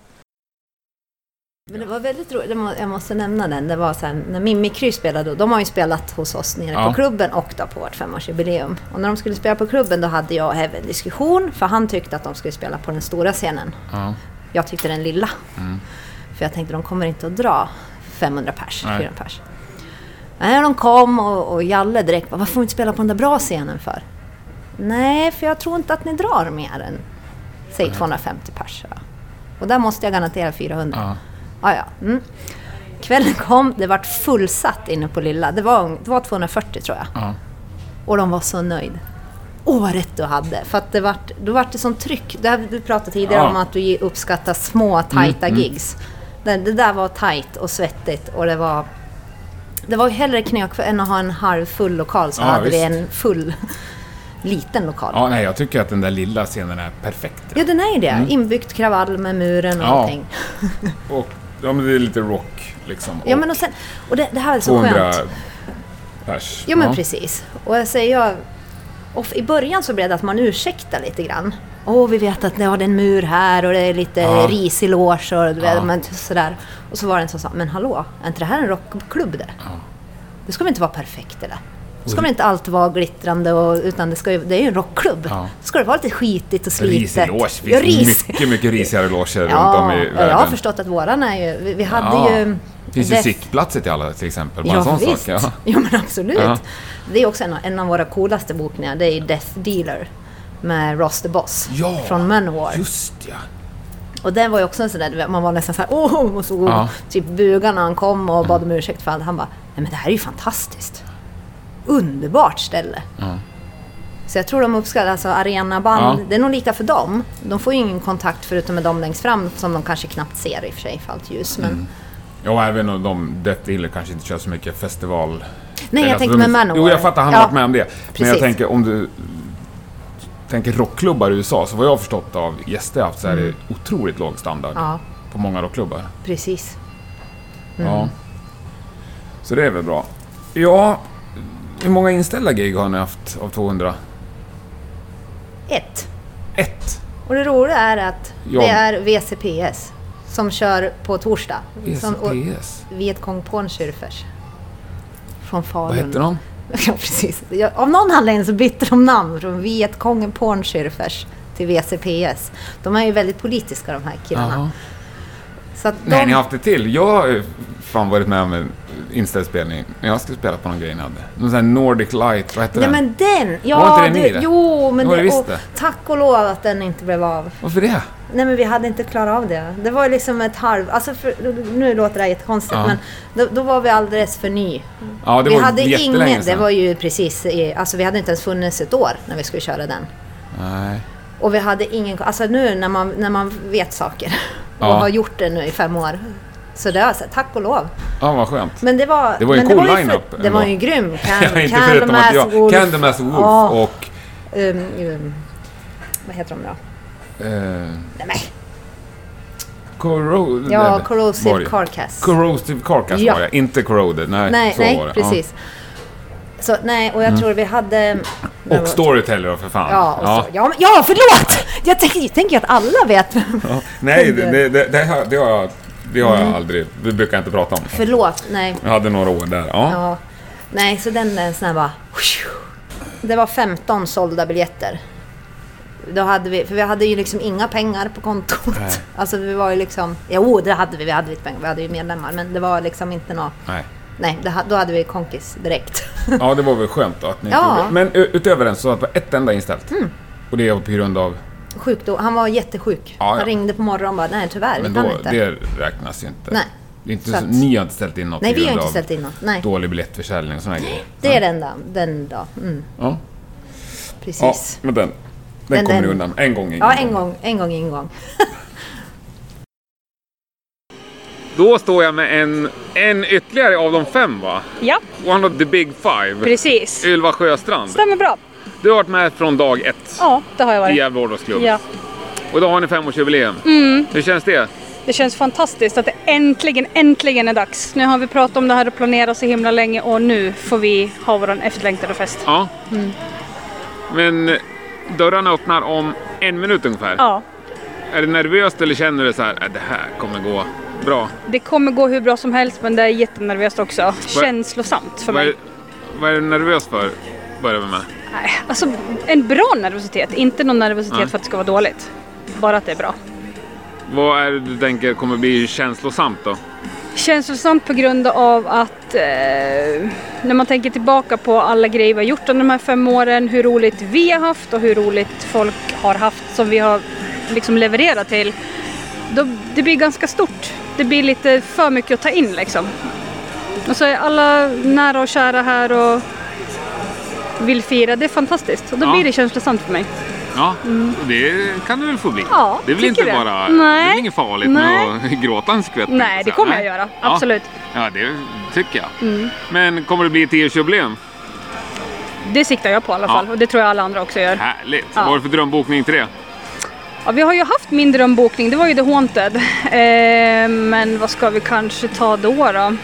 Men det var väldigt roligt, jag måste nämna den. Det var så här, när Mimikry spelade, de har ju spelat hos oss nere ja. på klubben och då på vårt femårsjubileum. Och när de skulle spela på klubben, då hade jag och Hev en diskussion, för han tyckte att de skulle spela på den stora scenen. Ja. Jag tyckte den lilla. Mm. För jag tänkte, de kommer inte att dra femhundra pers, fyrahundra pers. Nej, de kom och, och Jalle direkt bara, varför får vi inte spela på den där bra scenen för? Nej, för jag tror inte att ni drar mer än, säg tvåhundrafemtio pers. Ja. Och där måste jag garantera fyrahundra. Ja. Ah, ja. mm. Kvällen kom, det var fullsatt inne på Lilla. Det var, det var tvåhundrafyrtio, tror jag. Ja. Och de var så nöjda. Åh, vad rätt du hade. För att det var, då var det sån tryck. Det har du pratat tidigare ja. om att du uppskattar små, tajta mm, gigs. Mm. Det, det där var tajt och svettigt. Och det var... Det var ju hellre knök än att ha en halv full lokal. Så ja, hade visst. vi en full... liten lokal. Ja, nej, jag tycker att den där lilla scenen är perfekt. Ja, den är ju det. Mm. Inbyggt kravall med muren och ja. allting. Och ja, men det är lite rock liksom. Ja, men och sen och det, det här är så skönt. Pers. Ja, men ja. precis. Och jag säger jag och i början så blev det att man ursäktar lite grann. Åh, vi vet att det har en mur här och det är lite ja. ris i loge och ja. men sådär. Och så var det en som sa, men hallå, är inte det här en rockklubb det? Ja. Det ska väl inte vara perfekt eller? ska det inte alltid vara glittrande, och, utan det, ska ju, det är ju en rockklubb. Ja. Ska det vara lite skitigt och slitet. Risig loge. Det finns ris. mycket, mycket risigare loger ja, runt om i världen. Jag har förstått att våran är ju... Vi, vi hade ja. ju... Det finns ju def- sittplatser till alla till exempel. Bara ja, en sån visst. sak. Ja. ja, men absolut. Ja. Det är också en, en av våra coolaste bokningar. Det är Death Dealer med Ross the Boss ja, från Manowar. Just ja. Och det var ju också en sån där, man var nästan så här, åh, och så ja. typ buga när han kom och bad om ursäkt för allt. Han bara, nej men det här är ju fantastiskt. Underbart ställe. Ja. Så jag tror de uppskattar, alltså arenaband, ja. det är nog lika för dem. De får ju ingen kontakt förutom med dem längst fram som de kanske knappt ser i och för sig för allt ljus. Men... Mm. Ja, även om de Death Dealer kanske inte kör så mycket festival. Nej, jag tänker med Manowar. Jo, jag fattar, han har ja. varit med om det. Precis. Men jag tänker, om du tänker rockklubbar i U S A, så vad jag har förstått av gäster jag haft så är det mm. otroligt låg standard ja. på många rockklubbar. Precis. Mm. Ja. Så det är väl bra. Ja, hur många inställda gig har ni haft av tvåhundra? Ett. Ett? Och det roliga är att ja. det är V C P S som kör på torsdag. V C P S? Vietkong Pornschürfers. Från Falun. Vad heter de? Ja, precis. Jag, av någon anledning så bytte de namn från Vietkong Pornschürfers till V C P S. De är ju väldigt politiska, de här killarna. Aha. Så att de... Nej, ni har haft det till. Jag har fan varit med om en inställspelning. Jag skulle spela på någon grej ni hade. Någon sån här Nordic Light, vad heter ja, den? Men den! Ja, var inte det ni? Jo, men det, det, och, det. Tack och lov att den inte blev av. Varför det? Nej, men vi hade inte klarat av det. Det var liksom ett halv... Alltså för, nu låter det här jättekonstigt, ja. men då, då var vi alldeles för ny. Ja, det vi var hade jättelänge ingen, sedan. Det var ju precis... I, alltså vi hade inte ens funnits ett år när vi skulle köra den. Nej. Och vi hade ingen... Alltså nu när man, när man vet saker och ja. har gjort det nu i fem år... Så det var så, tack och lov. Ja, vad skönt. Men det var, det var ju en cool line-up. Det var ju grym. Candlemass Wolf. Candlemass Wolf ja. och... Um, um, vad heter de då? Uh, Nej, men. Corro- ja, Corrosive Carcass. Corrosive Carcass ja. var det. Inte Corroded. Nej, nej, så nej var det. precis. Ja. Så, nej, och jag mm. tror vi hade... Och Storyteller för fan. Ja, och ja. Så, ja, ja, förlåt! Jag tänker, jag tänker att alla vet. Ja. Nej, det, det, det, det, har, det har jag... Det har jag aldrig, vi brukar inte prata om. Förlåt, nej. Jag hade några år där, ja. ja. Nej, så den är sån här bara... Det var femton sålda biljetter. Då hade vi, för vi hade ju liksom inga pengar på kontot. Nej. Alltså vi var ju liksom... Jo, det hade vi, vi hade lite pengar, vi hade ju medlemmar. Men det var liksom inte något... Nej. Nej, det, då hade vi konkis direkt. Ja, det var väl skönt då att ni ja. tog det. Men utöver den så var det ett enda inställt. Mm. Och det är på grund av... Sjukdom. Han var jättesjuk. Ja, ja. Han ringde på morgonen och bara, nej tyvärr, men vi kan då, inte. Det räknas ju inte. Nej. Det är inte så, ni har inte ställt in något. Nej, vi har inte ställt in något. Nej. Dålig biljettförsäljning och såna grejer. Det är den då. Den då. Mm. Ja. Precis. Ja, men den, den, den kommer den. Ni undan. En gång, ingen ja, gång. en gång. En gång, ingen gång. Då står jag med en, en ytterligare av de fem, va? Ja. One of the big five. Precis. Ylva Sjöstrand. Stämmer bra. Du har varit med från dag ett. Ja, det har jag varit. I Gävle Hårdrocksklubb. Ja. Och då har ni femårsjubileum. Mm. Hur känns det? Det känns fantastiskt att det äntligen, äntligen är dags. Nu har vi pratat om det här och planerat så himla länge och nu får vi ha vår efterlängtade fest. Ja. Mm. Men dörrarna öppnar om en minut ungefär. Ja. Är det nervöst eller känner du så här, att det här kommer gå bra? Det kommer gå hur bra som helst, men det är jättenervöst också. Känslosamt för vad mig. Är, vad är du nervös för? Börjar vi med. Nej, alltså en bra nervositet. Inte någon nervositet Nej. för att det ska vara dåligt. Bara att det är bra. Vad är det du tänker kommer bli känslosamt då? Känslosamt på grund av att eh, när man tänker tillbaka på alla grejer vi har gjort under de här fem åren, hur roligt vi har haft och hur roligt folk har haft som vi har liksom levererat till, då, det blir ganska stort. Det blir lite för mycket att ta in liksom. Och så är alla nära och kära här och vill fira, det är fantastiskt. Och då ja. blir det känslosamt för mig. Ja, mm. det kan du väl få bli. Ja, det är väl inte det. bara Nej. Det är inget farligt Nej. med att gråta en skvätt. Nej, det kommer Nej. jag göra. Absolut. Ja, ja det tycker jag. Mm. Men kommer det bli ett tioårsjubileum? Det siktar jag på i alla fall. Ja. Och det tror jag alla andra också gör. Härligt. Ja. Vad är det för drömbokning till det? Ja, vi har ju haft min drömbokning. Det var ju The Haunted. Eh, men vad ska vi kanske ta då då?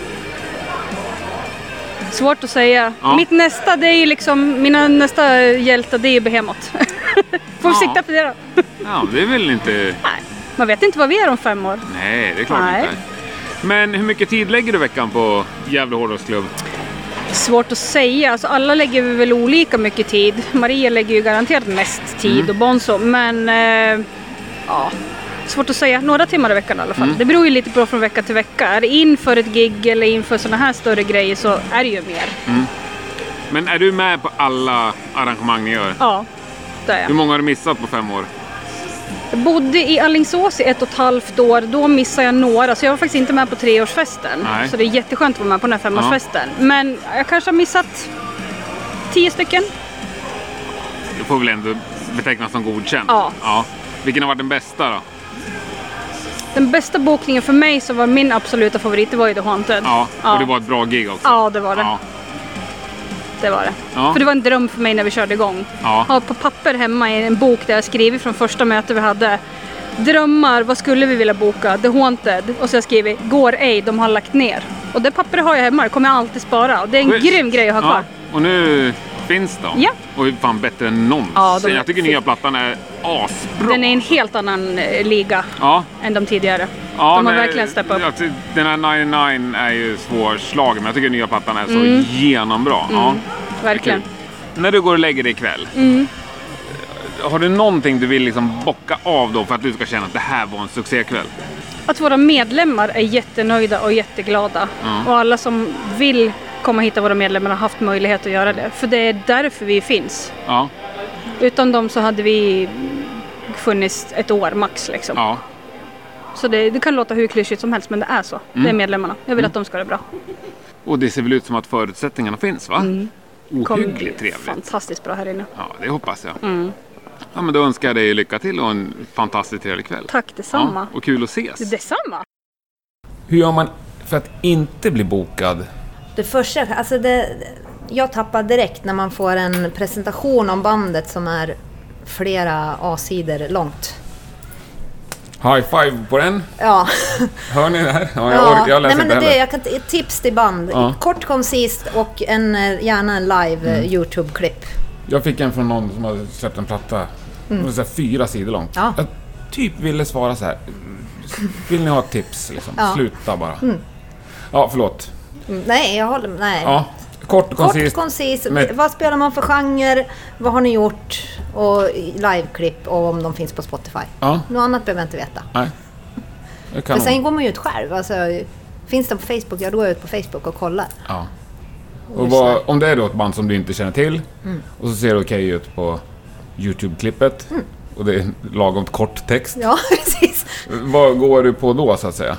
Svårt att säga. Ja. Mitt nästa, det är ju liksom, mina nästa hjältar, det är ju Behemoth. Får vi ja. sikta på det då? Ja, det är väl inte... Nej, man vet inte vad vi är om fem år. Nej, det är klart Nej. inte. Men hur mycket tid lägger du veckan på Gävle Hårdrocksklubb? Svårt att säga. Alltså, alla lägger väl olika mycket tid. Maria lägger ju garanterat mest tid mm. och Bonzo. Men eh, ja, svårt att säga. Några timmar i veckan i alla fall. Mm. Det beror ju lite på från vecka till vecka. Är det inför ett gig eller inför sådana här större grejer så är det ju mer. Mm. Men är du med på alla arrangemang ni gör? Ja, det är jag. Hur många har du missat på fem år? Jag bodde i Alingsås i ett och ett halvt år. Då missade jag några. Så jag var faktiskt inte med på treårsfesten. Nej. Så det är jätteskönt att vara med på den här femårsfesten. Ja. Men jag kanske har missat tio stycken. Det får väl ändå betecknas som godkänt. Ja. ja. Vilken har varit den bästa då? Den bästa bokningen för mig så var min absoluta favorit. Det var ju The Haunted. Ja, och ja. det var ett bra gig också. Ja, det var det. Ja. Det var det. Ja. För det var en dröm för mig när vi körde igång. Ja. Jag har på papper hemma i en bok där jag skrivit från första mötet vi hade. Drömmar, vad skulle vi vilja boka? The Haunted. Och så har jag skrivit, går ej, de har lagt ner. Och det pappret har jag hemma, det kommer jag alltid spara. Och det är en Schysst. grym grej att ha kvar. Ja. Och nu finns de. Ja. Och är fan bättre än någonsin. Ja, de jag tycker nya plattan är asbra. Den är en helt annan eh, liga ja. än de tidigare. Ja, de har nej, verkligen steppat upp. Alltså, den här nittionio är ju svårslagen, men jag tycker nya plattan är så mm. genombra. Mm. Ja. Verkligen. När du går och lägger dig ikväll, mm. har du någonting du vill liksom bocka av då för att du ska känna att det här var en succékväll? Att våra medlemmar är jättenöjda och jätteglada. Mm. Och alla som vill komma hit, våra medlemmar, har haft möjlighet att göra det. För det är därför vi finns. Ja. Utan dem så hade vi funnits ett år max liksom. Ja. Så det, det kan låta hur klyschigt som helst, men det är så. Mm. Det är medlemmarna. Jag vill mm. att de ska ha det bra. Och det ser väl ut som att förutsättningarna finns, va? Mm. Ohyggligt trevligt. Fantastiskt bra här inne. Ja, det hoppas jag. Mm. Ja, men då önskar jag dig lycka till och en fantastiskt trevlig kväll. Tack, detsamma. Ja, och kul att ses. Detsamma. Hur gör man för att inte bli bokad? Det första, alltså det, jag tappar direkt när man får en presentation om bandet som är flera A-sidor långt. High five på den. Ja. Hör ni det här? Ja, jag, ja. Ork, jag läser Nej, men inte det, jag kan ett tips till band. Ja. Kort, koncist och en, gärna en live mm. YouTube-klipp. Jag fick en från någon som hade släppt en platta. Mm. Så här, fyra sidor långt. Ja. Jag typ ville svara så här. Vill ni ha ett tips? Liksom? Ja. Sluta bara. Mm. Ja, förlåt. Mm, nej, jag håller nej. Ja. Kort och koncist. Kort, koncist. Med... Vad spelar man för genre? Vad har ni gjort? Och liveklipp och om de finns på Spotify. Ja. Något annat behöver jag inte veta. Nej. Men sen går man ju ut själv. Alltså, finns det på Facebook? Jag går ut på Facebook och kollar. Ja. Och vad, om det är då ett band som du inte känner till mm. och så ser det okej ut på YouTube-klippet mm. och det är lagom kort text. Ja, precis. Vad går du på då så att säga?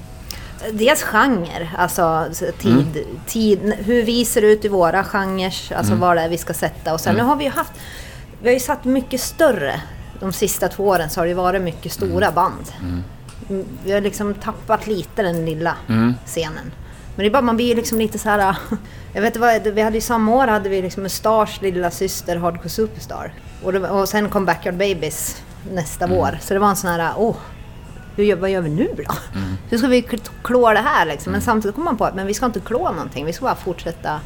Dels genre, alltså tid, mm. tid, hur vi ser ut i våra genrer, alltså mm. vad det är vi ska sätta. Och sen mm. nu har vi ju haft, vi har ju satt mycket större, de sista två åren så har det varit mycket stora mm. band. Mm. Vi har liksom tappat lite den lilla mm. scenen. Men det är bara, man blir ju liksom lite så här, jag vet inte vad, vi hade ju samma år hade vi liksom Stars lilla syster Hardcore Superstar. Och, det, och sen kom Backyard Babies nästa mm. vår. Så det var en sån här, åh. Hur gör, vad gör vi nu då? Mm. Hur ska vi klå det här liksom? Men samtidigt kommer man på att men vi ska inte klå någonting. Vi ska bara fortsätta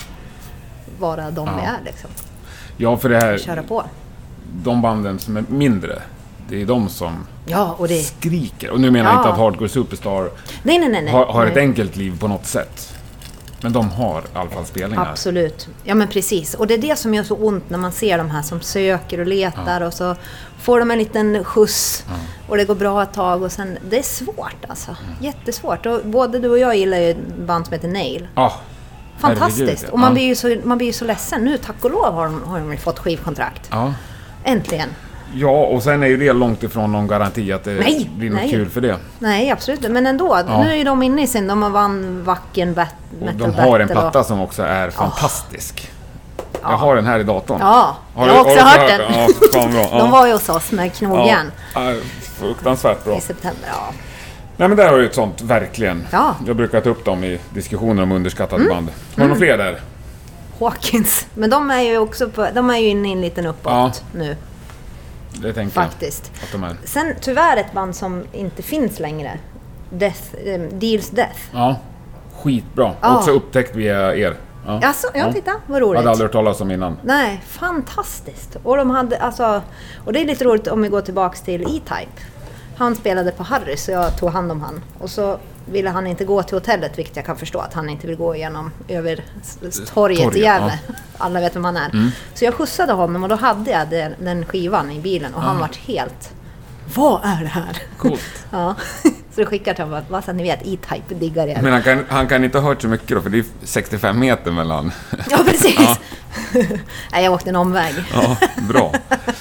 vara de ja. vi är liksom. Ja, för det här köra på. De banden som är mindre, det är de som ja, och det... skriker. Och nu menar jag ja. inte att Hardcore Superstar nej, nej, nej, nej. har, har nej. ett enkelt liv på något sätt. Men de har i alla fall spelningar. Absolut. Ja, men precis. Och det är det som gör så ont när man ser de här som söker och letar ja. och så får de en liten skjuts ja. och det går bra ett tag och sen, det är svårt alltså. Mm. Jättesvårt. Och både du och jag gillar ju en band som heter Nail. Ja. Fantastiskt. Ja. Och man blir ju så, man blir ju så ledsen. Nu, tack och lov, har de, har de fått skivkontrakt. Ja. Äntligen. Ja, och sen är ju det långt ifrån någon garanti att det nej, blir något nej. kul för det. Nej, absolut. Men ändå, ja. nu är de inne i sin, de har vann Wacken bat, Metal Battle. De har en platta och... som också är fantastisk. Ja. Jag har den här i datorn. Ja, har jag har också har hört den. Ja, fan bra. Ja. De var ju hos oss med knogjärn. Ja, fruktansvärt bra. I september, ja. Nej, men där har ju ett sånt, verkligen. Ja. Jag brukar ta upp dem i diskussioner om underskattade mm. band. Har du mm. några fler där? Hawkins. Men de är ju också på, de är ju inne i en liten uppåt ja. nu. Det tänker faktiskt. jag att de är. Sen tyvärr ett band som inte finns längre. Death, um, Deals Death. Ja, skitbra. Ja. Också upptäckt via er. Ja, alltså, ja, ja. titta, vad roligt. Jag hade aldrig hört talas om innan. Nej, fantastiskt. Och de hade, alltså, och det är lite roligt om vi går tillbaks till E-Type. Han spelade på Harrys så jag tog hand om han. Och så ville han inte gå till hotellet, vilket jag kan förstå att han inte vill gå igenom över torget, torget i Gävle. Ja. Alla vet vem han är. Mm. Så jag skjutsade honom och då hade jag den, den skivan i bilen och ah. han var helt, vad är det här? Coolt. Ja. Så då skickar till honom, vad så ni vet, E-Type diggar jag. Men han kan, han kan inte ha hört så mycket då, för det är sextiofem meter mellan. Ja, precis. Ja. Nej, jag åkte en omväg. Ja, bra.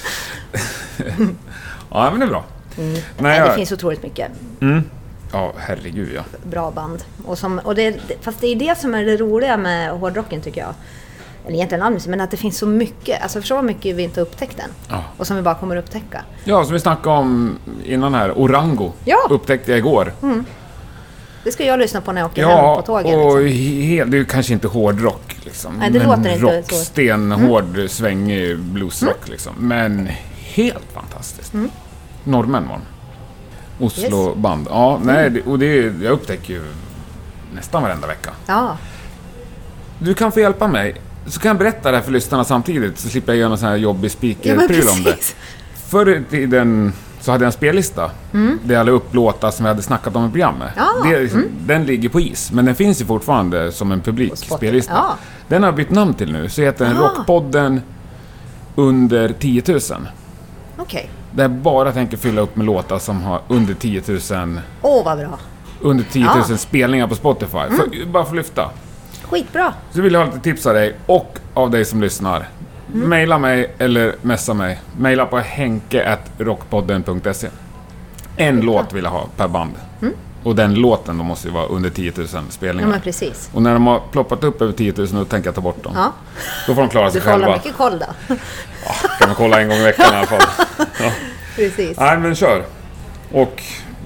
Ja, men det är bra. Mm. Nej, Nej, det finns otroligt mycket. Mm. Ja, herregud, ja. Bra band. Och som, och det, fast det är det som är det roliga med hårdrocken, tycker jag. Eller egentligen all musik, men att det finns så mycket. Alltså förstå vad mycket vi inte upptäckt än. Ja. Och som vi bara kommer att upptäcka. Ja, som vi snackade om innan här. Orango. Ja. Upptäckte jag igår. Mm. Det ska jag lyssna på när jag åker ja, hem på tåget. Ja, och liksom. he- det är kanske inte hårdrock. Liksom. Nej, det men låter rock, inte så. stenhård, mm. svängig bluesrock. Mm. Liksom. Men helt fantastiskt. Mm. Norrmän var Oslo yes. band. Ja, nej, mm. och det, jag upptäcker ju nästan varenda vecka. Ja. Du kan få hjälpa mig. Så kan jag berätta det här för lyssnarna samtidigt, så slipper jag göra någon sån här jobbig speaker-pryl ja, om det. Förr i tiden så hade jag en spellista mm. där jag hade upp låtar som jag hade snackat om i programmet. Ja. Det, liksom, mm. Den ligger på is, men den finns ju fortfarande som en publik spellista. Ja. Den har jag bytt namn till nu, så heter den Rockpodden under tio tusen. Okej. Okay. Där jag bara tänker fylla upp med låtar som har under tio tusen. Åh, oh, vad bra. Under tio tusen ja. spelningar på Spotify. Mm. För, bara för att lyfta. Skitbra. Så vill jag ha lite tips av dig och av dig som lyssnar. Mm. Maila mig eller messa mig. Maila på henke at rockpodden punkt se. En låt vill jag ha per band. Mm. Och den låten då måste ju vara under tio tusen spelningar. Ja, men precis. Och när de har ploppat upp över tio tusen, då tänker jag ta bort dem. Ja. Då får de klara sig själva. Du får hålla mycket koll då. Ja, kan man kolla en gång i veckan i alla fall. Ja. Precis. Nej, men kör. Och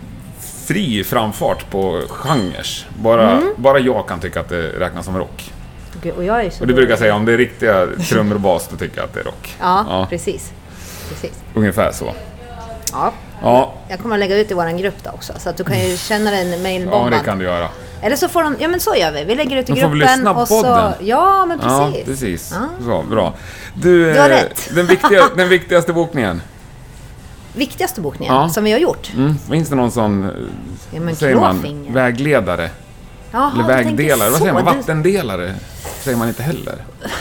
fri framfart på genres. Bara, mm. bara jag kan tycka att det räknas som rock. Gud, och, jag är så och det brukar jag säga, om det är riktiga trummor och bas, då tycker jag att det är rock. Ja, ja. Precis. precis. Ungefär så. Ja. ja. Jag kommer att lägga ut i våran grupp då också, så att du kan ju känna den mailbomban. Ja, det kan du göra. Eller så får de, ja men så gör vi. Vi lägger ut i de gruppen. Får vi lyssna på och så, podden. ja, men precis. Ja, precis. Ja. Så, bra. Du, du har rätt. Den, viktiga, den viktigaste bokningen. Viktigaste bokningen ja. som vi har gjort. Mm. Finns det någon sån, ja, men säger man, vägledare? Jaha, eller vägdelare? Vad säger man? Vattendelare? Säger man inte heller.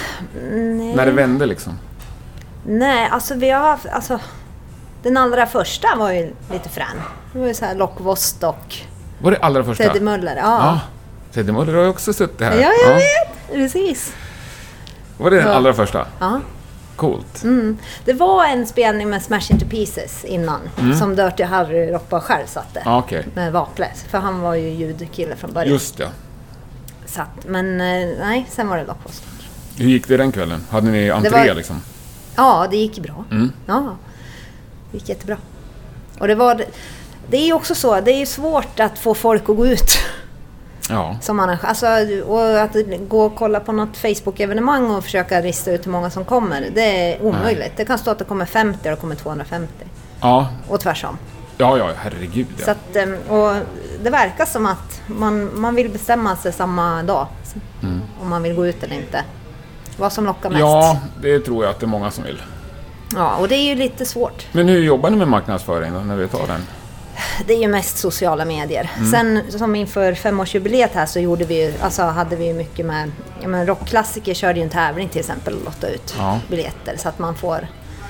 Nej. När det vände liksom. Nej, alltså vi har haft, alltså den allra första var ju lite frän. Det var ju så här Lock Vostok. Var det allra första? Teddy Möller, ja. ja. Teddy Möller har ju också suttit här. Ja, jag ja. vet. Precis. Var det den allra första? Ja. Coolt. Mm. Det var en spelning med Smash Into Pieces innan. Mm. Som Dirty Harry Rockbar själv satte. Ah, okay. Med Vaple. För han var ju ljudkille från början. Just det. Satt. Men nej, sen var det Lock Vostok. Hur gick det den kvällen? Hade ni entré var... liksom? Ja, det gick bra. Mm. Ja, det gick jättebra. Och det var... Det är ju också så, det är ju svårt att få folk att gå ut. Ja. Som man, alltså, och att gå och kolla på något Facebook-evenemang och försöka rista ut hur många som kommer, det är omöjligt. Nej. Det kan stå att det kommer femtio och det kommer tvåhundrafemtio. Ja. Och tvärsom. Ja, ja, herregud. Ja. Så att, och det verkar som att man, man vill bestämma sig samma dag. Mm. Om man vill gå ut eller inte. Vad som lockar mest. Ja, det tror jag att det är många som vill. Ja, och det är ju lite svårt. Men hur jobbar ni med marknadsföring då, när vi tar den? Det är ju mest sociala medier. Mm. Sen som inför femårsjubileet här så gjorde vi ju, alltså hade vi ju mycket med, ja men rockklassiker körde ju en tävling till exempel och lotta ut ja. biljetter så att man får,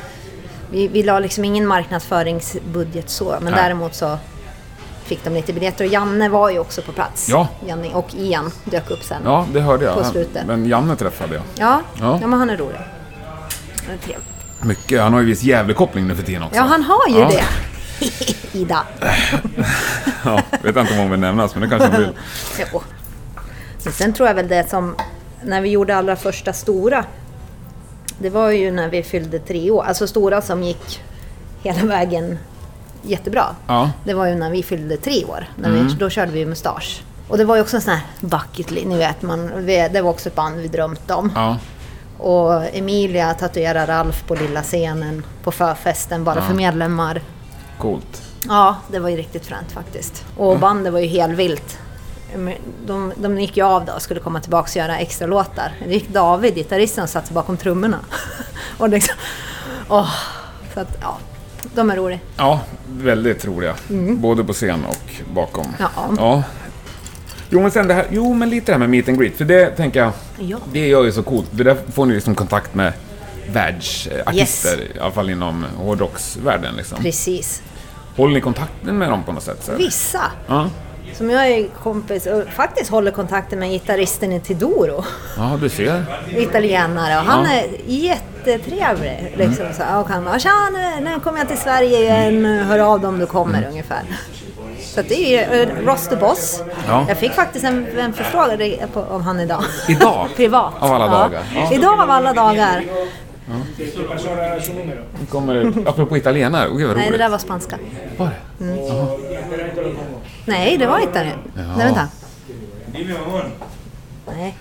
vi, vi la liksom ingen marknadsföringsbudget så, men Nej. däremot så fick de lite biljetter och Janne var ju också på plats. Ja. Janne och Ian dök upp sen. Ja, det hörde jag. På slutet. Men Janne träffade jag. Ja, ja. ja men han är rolig. Han är trevlig. Mycket, han har ju viss jävla koppling nu för tiden också. Ja, han har ju ja. det. Ida. Ja, vet inte om hon vill nämnas, men det kanske hon vill. Jo. Men sen tror jag väl det som, när vi gjorde allra första stora, det var ju när vi fyllde tre år. Alltså stora som gick hela vägen jättebra. Ja. Det var ju när vi fyllde tre år. När mm. vi, då körde vi mustasch. Och det var ju också en sån här bucket list, ni vet. Man, det var också ett band vi drömde om. Ja. Och Emilia tatuerar Ralf på lilla scenen på förfesten bara ja. för medlemmar. Coolt. Ja, det var ju riktigt fränt faktiskt. Och bandet var ju helt vilt. De, de gick ju av då och skulle komma tillbaka och göra extra låtar. Det gick David, gitarristen, satt bakom trummorna. och liksom, åh, så att, ja, de är roliga. Ja, väldigt roliga. Mm. Både på scen och bakom. Ja. ja. Jo, men sen det här, jo, men lite det här med meet and greet, för det tänker jag, Ja. det gör ju så coolt. Det där får ni liksom kontakt med världsartister, yes. i alla fall inom hårdrocksvärlden liksom. Precis. Håller ni kontakten med dem på något sätt? Så? Vissa. Ja. Som jag är kompis och faktiskt håller kontakten med gitarristen i Tidoro. Ja, du ser. Italienare. Och han Ja. är jättetrevlig. Liksom, mm. så, och han bara, tja, nu, nu kommer jag till Sverige igen. Hör av dem om du kommer mm. ungefär. Så det är ju uh, Ross the Boss. Ja. Jag fick faktiskt en, en förfrågan på, om han idag. Idag? Privat. Av alla ja. dagar? Ja. Idag av alla dagar. Ja. Kommer, apropå italienare, oh, gud vad roligt. Nej, det där var spanska. Var det? Mm. Nej, det var inte det. Ja. Nej, vänta. Nej.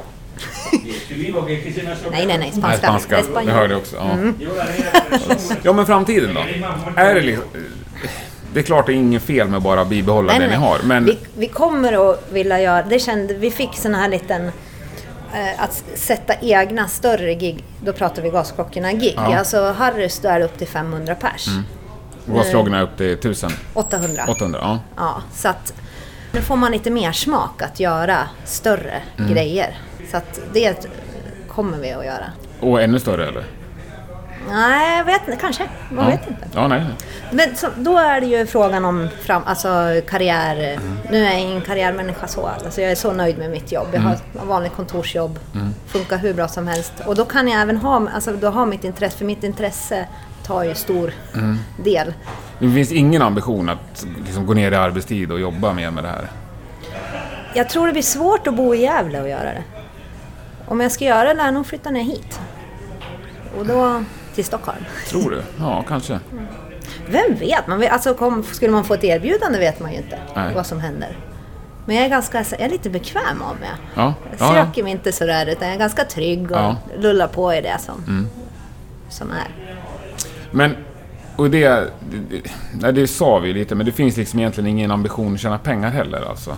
nej, nej, nej, spanska. Nej, spanska. Det, är det hörde jag också. Ja. Mm. ja, men framtiden då? Är det liksom... Det är klart det är inget fel med bara bibehålla nej, det nej. Ni har. Men... Vi, vi kommer att vilja göra... Det kände, vi fick sån här liten... Eh, att sätta egna större gig. Då pratar vi gasklockorna gig. Ja. Alltså Harrys då är upp till femhundra pers. Mm. Gasklockorna upp till tusen? åttahundra. åttahundra, ja. Ja, så att nu får man lite mer smak att göra större mm. grejer. Så att det kommer vi att göra. Och ännu större eller? Nej, jag vet inte. Kanske. Man ja. vet inte. Ja, nej. Men så, då är det ju frågan om fram, alltså karriär. Mm. Nu är jag ingen karriärmänniska så. Alltså jag är så nöjd med mitt jobb. Jag har ett mm. vanligt kontorsjobb. Mm. Funkar hur bra som helst. Och då kan jag även ha, alltså då har mitt intresse. För mitt intresse tar ju stor mm. del. Det finns ingen ambition att liksom gå ner i arbetstid och jobba mer med det här? Jag tror det blir svårt att bo i Gävle och göra det. Om jag ska göra det lär jag nog flytta ner hit. Och då till Stockholm. Tror du? Ja, kanske. Mm. Vem vet? Man vet alltså, kom, skulle man få ett erbjudande vet man ju inte Nej. Vad som händer. Men jag är, ganska, jag är lite bekväm av mig. Ja. Jag söker ja, ja. mig inte sådär, utan jag är ganska trygg och ja. lullar på i det som, mm. som är. Men, och det, det, det sa vi lite, men det finns liksom egentligen ingen ambition att tjäna pengar heller alltså.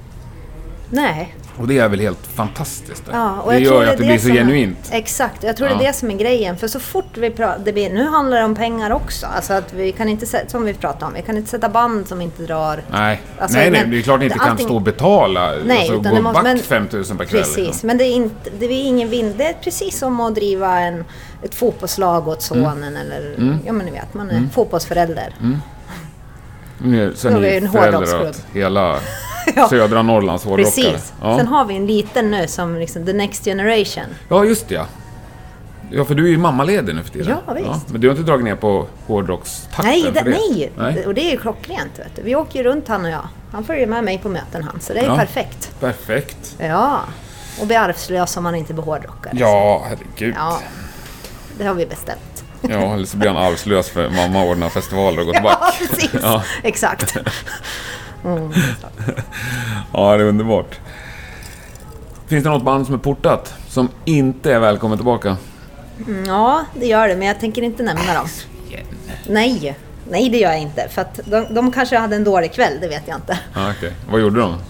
Nej. Och det är väl helt fantastiskt. Ja, och det jag gör tror att det, det blir så genuint. Är, exakt, jag tror ja. det är det som är grejen. För så fort vi pratar, nu handlar det om pengar också. Alltså att vi kan inte, som vi pratar om, vi kan inte sätta band som inte drar. Nej, alltså, nej, men, nej, det är klart ni inte allting, kan stå och betala. Nej, alltså, utan gå det måste, back fem tusen per kväll. Precis, liksom. men det är, inte, det är ingen vind. Det är precis som att driva en, ett fotbollslag åt sonen. Mm. Eller, mm. ja men ni vet, man är mm. fotbollsförälder. Mm. Nu, sen är en föräldrar åt hela... ja. Södra Norrlands hårdrockare. Precis. Ja. Sen har vi en liten nu som liksom the next generation. Ja, just det. Ja, ja för du är ju mammaledig nu för tiden. Ja, visst. Ja, men du har inte dragit ner på hårdrockstakten nej, för det, det? Nej, nej. Och det är ju klockrent. Vet du. Vi åker ju runt han och jag. Han följer med mig på möten han, så det är ja. perfekt. Perfekt. Ja, och bli arvslös om man inte blir hårdrockare. Ja, herregud. Ja, det har vi bestämt. Ja, eller så blir han arvslös för mamma ordnar festivaler och går tillbaka. Ja, precis. Ja. Exakt. Mm. Ja, det är underbart. Finns det något band som är portat som inte är välkommen tillbaka? Mm, ja, det gör det, men jag tänker inte nämna dem. Nej, nej det gör jag inte. För att de, de kanske hade en dålig kväll, det vet jag inte. Ah, okay. Vad gjorde de?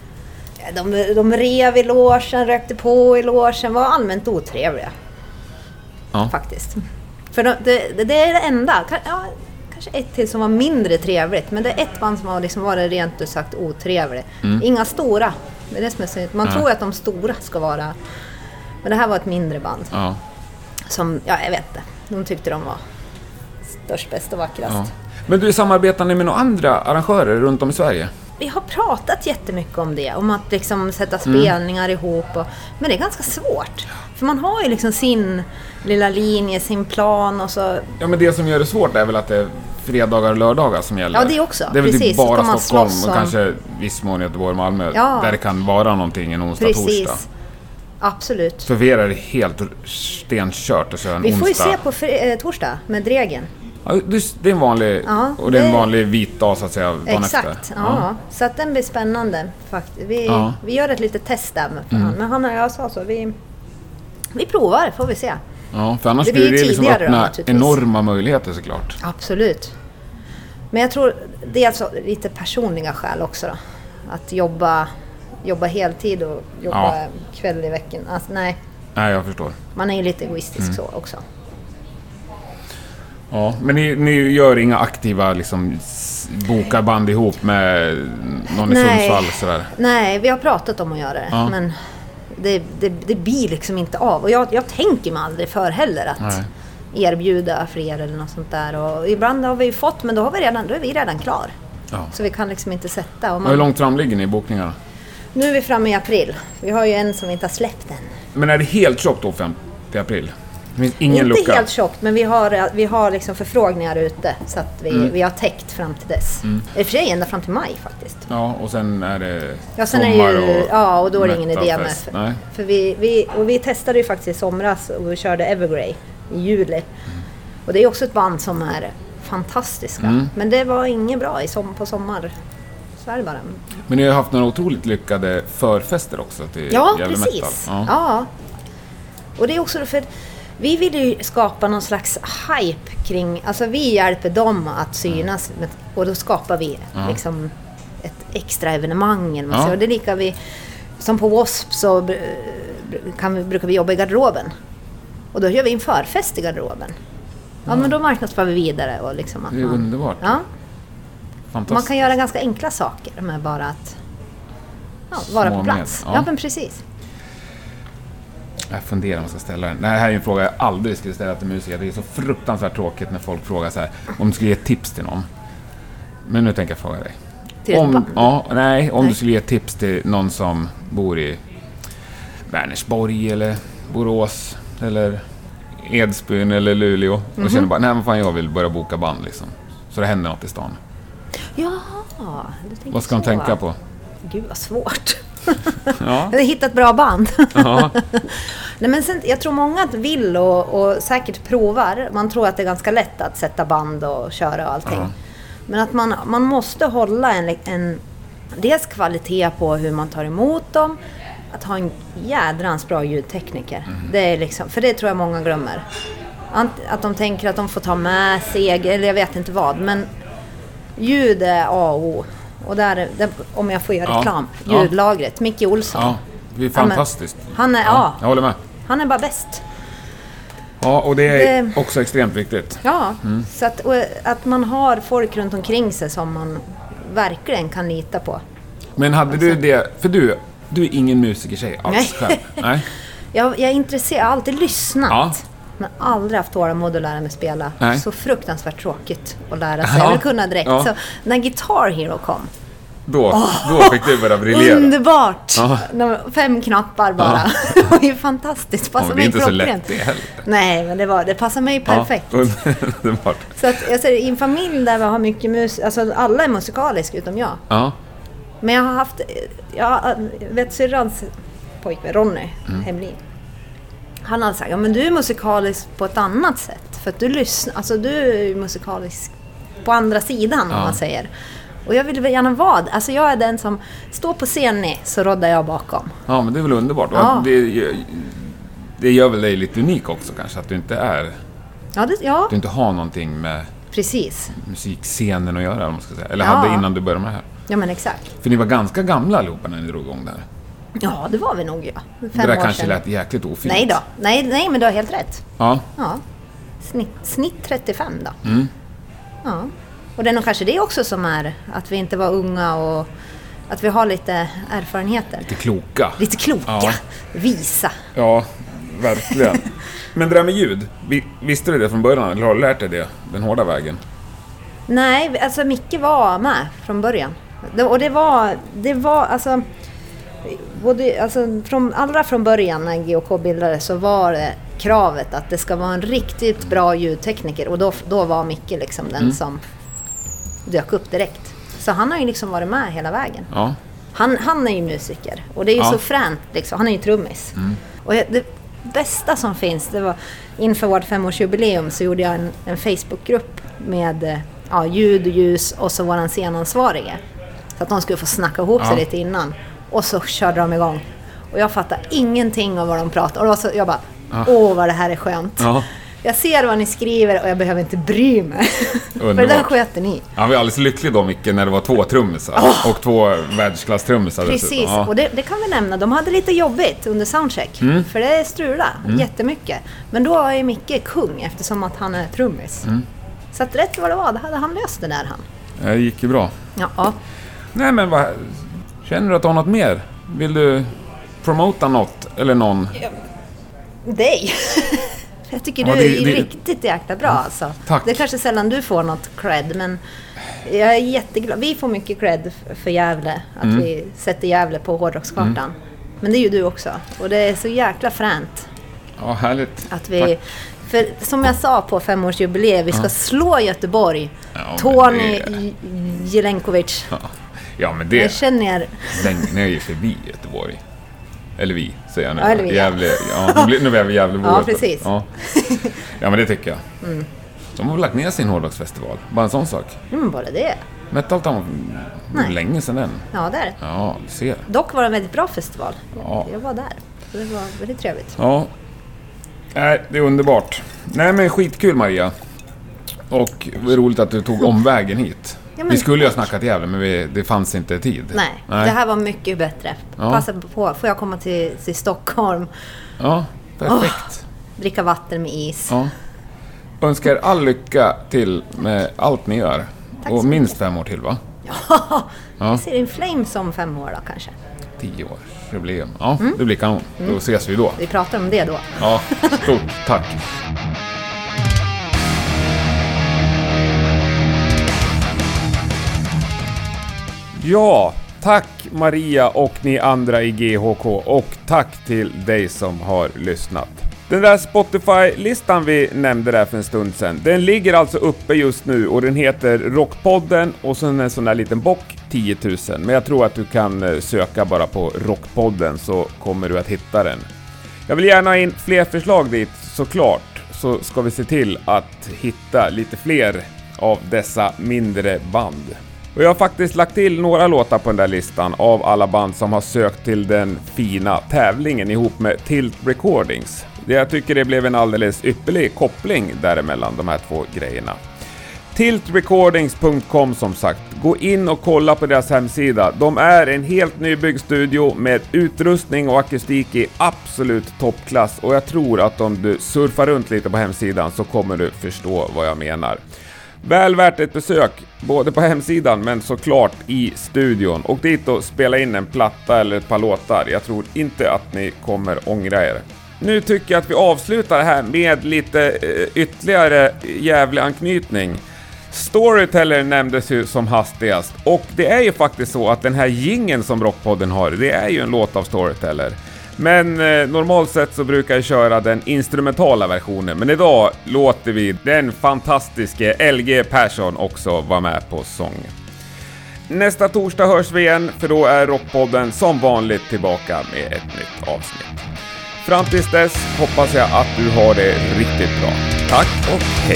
De, de rev i logen, rökte på i logen, var allmänt otrevliga. Ja. Faktiskt. För de, det, det är det enda. Ja, kanske ett till som var mindre trevligt. Men det är ett band som har liksom varit rent ut sagt otrevligt. Mm. Inga stora. Det är det som är så, man ja. tror att de stora ska vara. Men det här var ett mindre band. Ja. Som, ja jag vet inte. De tyckte de var störst, bäst och vackrast. Ja. Men du, samarbetar ni med några andra arrangörer runt om i Sverige? Vi har pratat jättemycket om det. Om att liksom sätta spelningar mm. ihop. Och, men det är ganska svårt. För man har ju liksom sin lilla linje, sin plan och så... Ja, men det som gör det svårt är väl att det är fredagar och lördagar som gäller. Ja, det också. Det är väl precis. Typ bara man Stockholm som... och kanske viss mån Göteborg, Malmö. Ja. Där det kan vara någonting en onsdag, precis. torsdag. Absolut. För vi är det helt stenkört att köra en vi onsdag. Vi får ju se på fr- eh, torsdag med Dregen. Ja, det är en vanlig, ja, och det är en vanlig vit dag så att säga. Exakt, efter. Ja. Ja. Så att den blir spännande faktiskt. Vi, ja. vi gör ett litet test där med mm. han. Men han och jag sa så, vi, vi provar, får vi se. Ja, för annars det blir det liksom öppna då, enorma möjligheter såklart. Absolut. Men jag tror det är alltså lite personliga skäl också då. Att jobba, jobba heltid och jobba ja. kväll i veckan. Alltså, nej. Nej, jag förstår. Man är ju lite egoistisk mm. så också. Ja, men ni, ni gör inga aktiva liksom, bokar band ihop med någon Nej. i Sundsvall sådär? Nej, vi har pratat om att göra det, ja. men det, det, det blir liksom inte av. Och jag, jag tänker mig aldrig för heller att Nej. erbjuda fler eller något sånt där. Och ibland har vi ju fått, men då, har vi redan, då är vi redan klar. Ja. Så vi kan liksom inte sätta. Och man, hur långt fram ligger ni i bokningarna? Nu är vi framme i april. Vi har ju en som vi inte har släppt än. Men är det helt tjockt då femte april? Det finns ingen inte lucka? Helt tjockt, men vi har, vi har liksom förfrågningar ute. Så att vi, mm. vi har täckt fram till dess. Mm. I och för sig ända fram till maj faktiskt. Ja, och sen är det ja, sen sommar är ju, och ja, och då är det ingen idé med. För, Nej. för vi, vi, och vi testade ju faktiskt i somras och vi körde Evergrey i juli. Mm. Och det är också ett band som är fantastiska. Mm. Men det var inget bra i som, på sommar. Så är det bara. Men ni har haft några otroligt lyckade förfester också till ja, Gävle precis. Metal. Ja, ja. Och det är också för vi vill ju skapa någon slags hype kring, alltså vi hjälper dem att synas mm. och då skapar vi ja. liksom ett extra evenemang. Ja. Så det är lika vi, som på W A S P så kan vi, brukar vi jobba i garderoben. Och då gör vi en förfest i garderoben. Ja, men då marknadsför vi vidare. Och liksom att det är man, underbart. Ja. Man kan göra ganska enkla saker med bara att ja, vara på plats. Ja. ja, men precis. Jag funderar om jag ska ställa den. Det här är en fråga jag aldrig skulle ställa till musiker. Det är så fruktansvärt tråkigt när folk frågar så här, om du skulle ge tips till någon. Men nu tänker jag fråga dig. Till om, ja, nej, om nej. du skulle ge tips till någon som bor i Vänersborg eller Borås eller Edsbyn eller Luleå och mm-hmm. känner bara, nej men fan jag vill börja boka band liksom. Så det händer något i stan. Ja, vad ska de tänka på? Gud vad svårt. Ja. Jag har hittat bra band. Ja. Nej, men sen, jag tror många vill och, och säkert provar. Man tror att det är ganska lätt att sätta band och köra och allting. Ja. Men att man, man måste hålla en, en dels kvalitet på hur man tar emot dem. Att ha en jädrans bra ljudtekniker. Mm. Det är liksom, för det tror jag många glömmer. Att de tänker att de får ta med sig, eller jag vet inte vad. Men ljud är A och O. Och där, där, om jag får göra ja. reklam, ljudlagret, ja. Micke Olsson. Ja, det är fantastiskt. Ja, han är, ja, ja, jag håller med. Han är bara bäst. Ja, och det är det, också extremt viktigt. Ja, mm. så att, att man har folk runt omkring sig som man verkligen kan lita på. Men hade alltså. du det, för du, du är ingen musikertjej alls Nej. själv. Nej. jag, jag är intresserad, jag har alltid lyssnat. Ja. Men aldrig haft tålamod att lära mig spela. Nej. Så fruktansvärt tråkigt att lära sig. Ja. Jag vill kunna direkt. Ja. Så när Guitar Hero kom. Då, oh, då fick du börja briljera. Underbart. Ja. Fem knappar bara. Ja. Det är fantastiskt. Passar ja, mig det är inte så lätt det heller. Nej, men det, var, det passar mig perfekt. Ja, underbart. Så att, jag säger, i en familj där vi har mycket musik. Alltså alla är musikaliska utom jag. Ja. Men jag har haft, jag vet syrrans pojkvän Ronny mm. Hemlin. Han hade sagt, ja men du är musikalisk på ett annat sätt. För att du lyssnar, alltså du är musikalisk på andra sidan ja. om man säger. Och jag vill gärna vara, alltså jag är den som står på scenen så roddar jag bakom. Ja men det är väl underbart. Ja. Det, det gör väl dig lite unik också kanske, att du inte är, ja, det, ja. att du inte har någonting med precis. musikscenen att göra, om man ska säga. Eller ja. hade innan du började med det här. Ja men exakt. För ni var ganska gamla allihopa när ni drog igång där. Ja, det var vi nog, ja. Fem det där år kanske sedan. lät jäkligt ofint. Nej då. Nej, nej, men du har helt rätt. Ja. Ja. Snitt, snitt trettiofem då. Mm. Ja. Och det är nog kanske det också som är att vi inte var unga och att vi har lite erfarenheter. Lite kloka. Lite kloka. Ja. Visa. Ja, verkligen. Men det där med ljud, visste du det från början? Eller har du lärt dig det den hårda vägen? Nej, alltså Micke var med från början. Och det var, det var alltså... Både, alltså från, allra från början när G och K bildades så var det kravet att det ska vara en riktigt bra ljudtekniker och då, då var Micke liksom den mm. som dök upp direkt. Så han har ju liksom varit med hela vägen. Ja. Han, han är ju musiker och det är ju ja. så fränt liksom. Han är ju trummis. Mm. Och det bästa som finns, det var inför vårt femårsjubileum så gjorde jag en, en Facebookgrupp med ja, ljud och ljus och så våran scenansvarige. Så att de skulle få snacka ihop ja. sig lite innan. Och så körde de igång. Och jag fattar ingenting av vad de pratar. Och då så, jag bara, ja. åh vad det här är skönt. Ja. Jag ser vad ni skriver och jag behöver inte bry mig. För den sköter ni. Ja, vi är alldeles lyckliga då, Micke, när det var två trummisar. Oh. Och två världsklasstrummisar. Precis, ja. och det, det kan vi nämna. De hade lite jobbigt under soundcheck. Mm. För det strula mm. jättemycket. Men då är Micke kung eftersom att han är trummis. Mm. Så att rätt vad det var, det hade han löst det där han. Det gick ju bra. Ja. Nej men vad, känner du att du har något mer? Vill du promota något eller någon? Ja. Dig. Jag tycker Ja, du det, är det, riktigt jäkla bra alltså. Tack. Det är kanske sällan du får något cred, men jag är jätteglad. Vi får mycket cred för Gävle, att mm. vi sätter Gävle på hårdrockskartan. Mm. Men det är ju du också. Och det är så jäkla fränt. Ja, härligt. Att vi, för som jag sa på femårsjubileet, vi ska ja. slå Göteborg. Ja, Tony det... Jelenkovic. Ja. ja, men det... Jag känner... Länge är ju förbi Göteborg. Eller vi, säger jag nu. Ja, eller vi. Jävle, ja, nu, nu är vi Gävle. Ja, precis. Ja. ja, men det tycker jag. Mm. De har väl lagt ner sin hårdrocksfestival. Bara en sån sak. Mm, bara det. Metal Town, länge sedan den. Ja, där. Ja, du ser. Dock var det en väldigt bra festival. Ja. Jag var där. Det var väldigt trevligt. Ja. Nej, det är underbart. Nej, men skitkul Maria. Och det är roligt att du tog omvägen hit. Ja, vi skulle ju ha snackat Gävle, men vi, det fanns inte tid. Nej, Nej, det här var mycket bättre. Ja. Passa på, får jag komma till, till Stockholm? Ja, perfekt. Oh, dricka vatten med is. Ja. Önskar all lycka till med allt ni gör. Tack och minst fem år till, va? Ja, ja. Jag ser In Flames om fem år då kanske. Tio år, jubileum. Ja, mm. det blir kanon. Mm. Då ses vi då. Vi pratar om det då. Ja, stort tack. Ja, tack Maria och ni andra i G H K och tack till dig som har lyssnat. Den där Spotify-listan vi nämnde där för en stund sedan, den ligger alltså uppe just nu och den heter Rockpodden och så en sån där liten bock tio tusen. Men jag tror att du kan söka bara på Rockpodden så kommer du att hitta den. Jag vill gärna ha in fler förslag dit såklart, så ska vi se till att hitta lite fler av dessa mindre band. Och jag har faktiskt lagt till några låtar på den där listan av alla band som har sökt till den fina tävlingen ihop med Tilt Recordings. Jag tycker det blev en alldeles ypperlig koppling däremellan de här två grejerna. tilt recordings punkt com som sagt. Gå in och kolla på deras hemsida. De är en helt ny byggstudio med utrustning och akustik i absolut toppklass. Och jag tror att om du surfar runt lite på hemsidan så kommer du förstå vad jag menar. Väl värt ett besök, både på hemsidan men såklart i studion. Och dit och spela in en platta eller ett par låtar. Jag tror inte att ni kommer ångra er. Nu tycker jag att vi avslutar det här med lite eh, ytterligare jävla anknytning. Storyteller nämndes ju som hastigast. Och det är ju faktiskt så att den här jingeln som Rockpodden har, det är ju en låt av Storyteller. Men eh, normalt sett så brukar jag köra den instrumentala versionen. Men idag låter vi den fantastiske L G Persson också vara med på sång. Nästa torsdag hörs vi igen, för då är Rockpodden som vanligt tillbaka med ett nytt avsnitt. Fram tills dess hoppas jag att du har det riktigt bra. Tack och hej!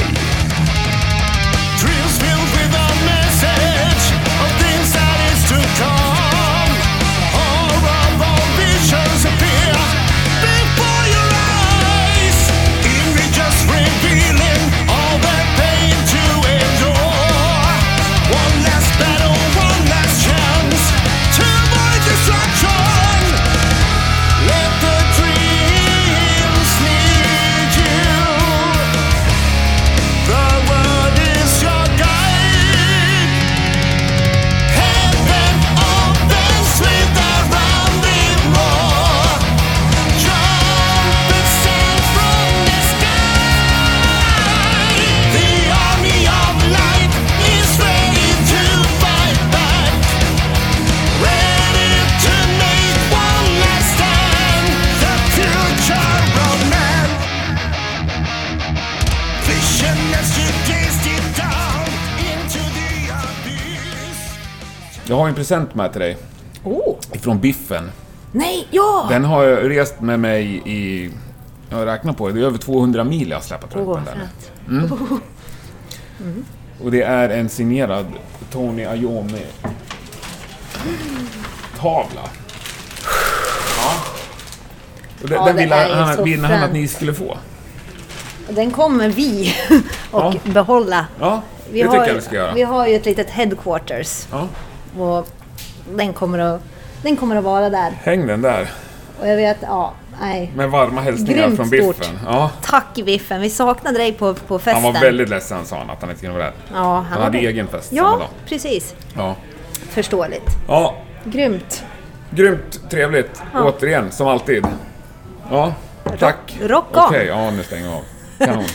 Jag har en present med till dig. Oh. Ifrån Biffen. Nej, ja! Den har jag rest med mig i... Jag räknar på det. Det är över tvåhundra mil jag har släppt runt oh, den där. Mm. Mm. Och det är en signerad Tony Iommi tavla. Ja. Och det, ja, den ville han, vill han att ni skulle få. Den kommer vi och ja. behålla. Ja, det vi tycker har, jag vi ska göra. Vi har ju ett litet headquarters. Ja. Och den kommer att, den kommer att vara där. Häng den där. Och jag vet, ja, Nej. Med varma hälsningar Grymt från stort. Biffen. Ja. Tack Biffen, vi saknade dig på, på festen. Han var väldigt ledsen, sa han, att han inte kunde vara där. Ja, han, Han var hade det. egen fest samma Ja, dag. precis. Ja. Förståeligt. Ja, Grymt. grymt trevligt. Ja. Återigen, som alltid. Ja, tack. Rock on. Okej, ja nu stänger jag av. Kanon.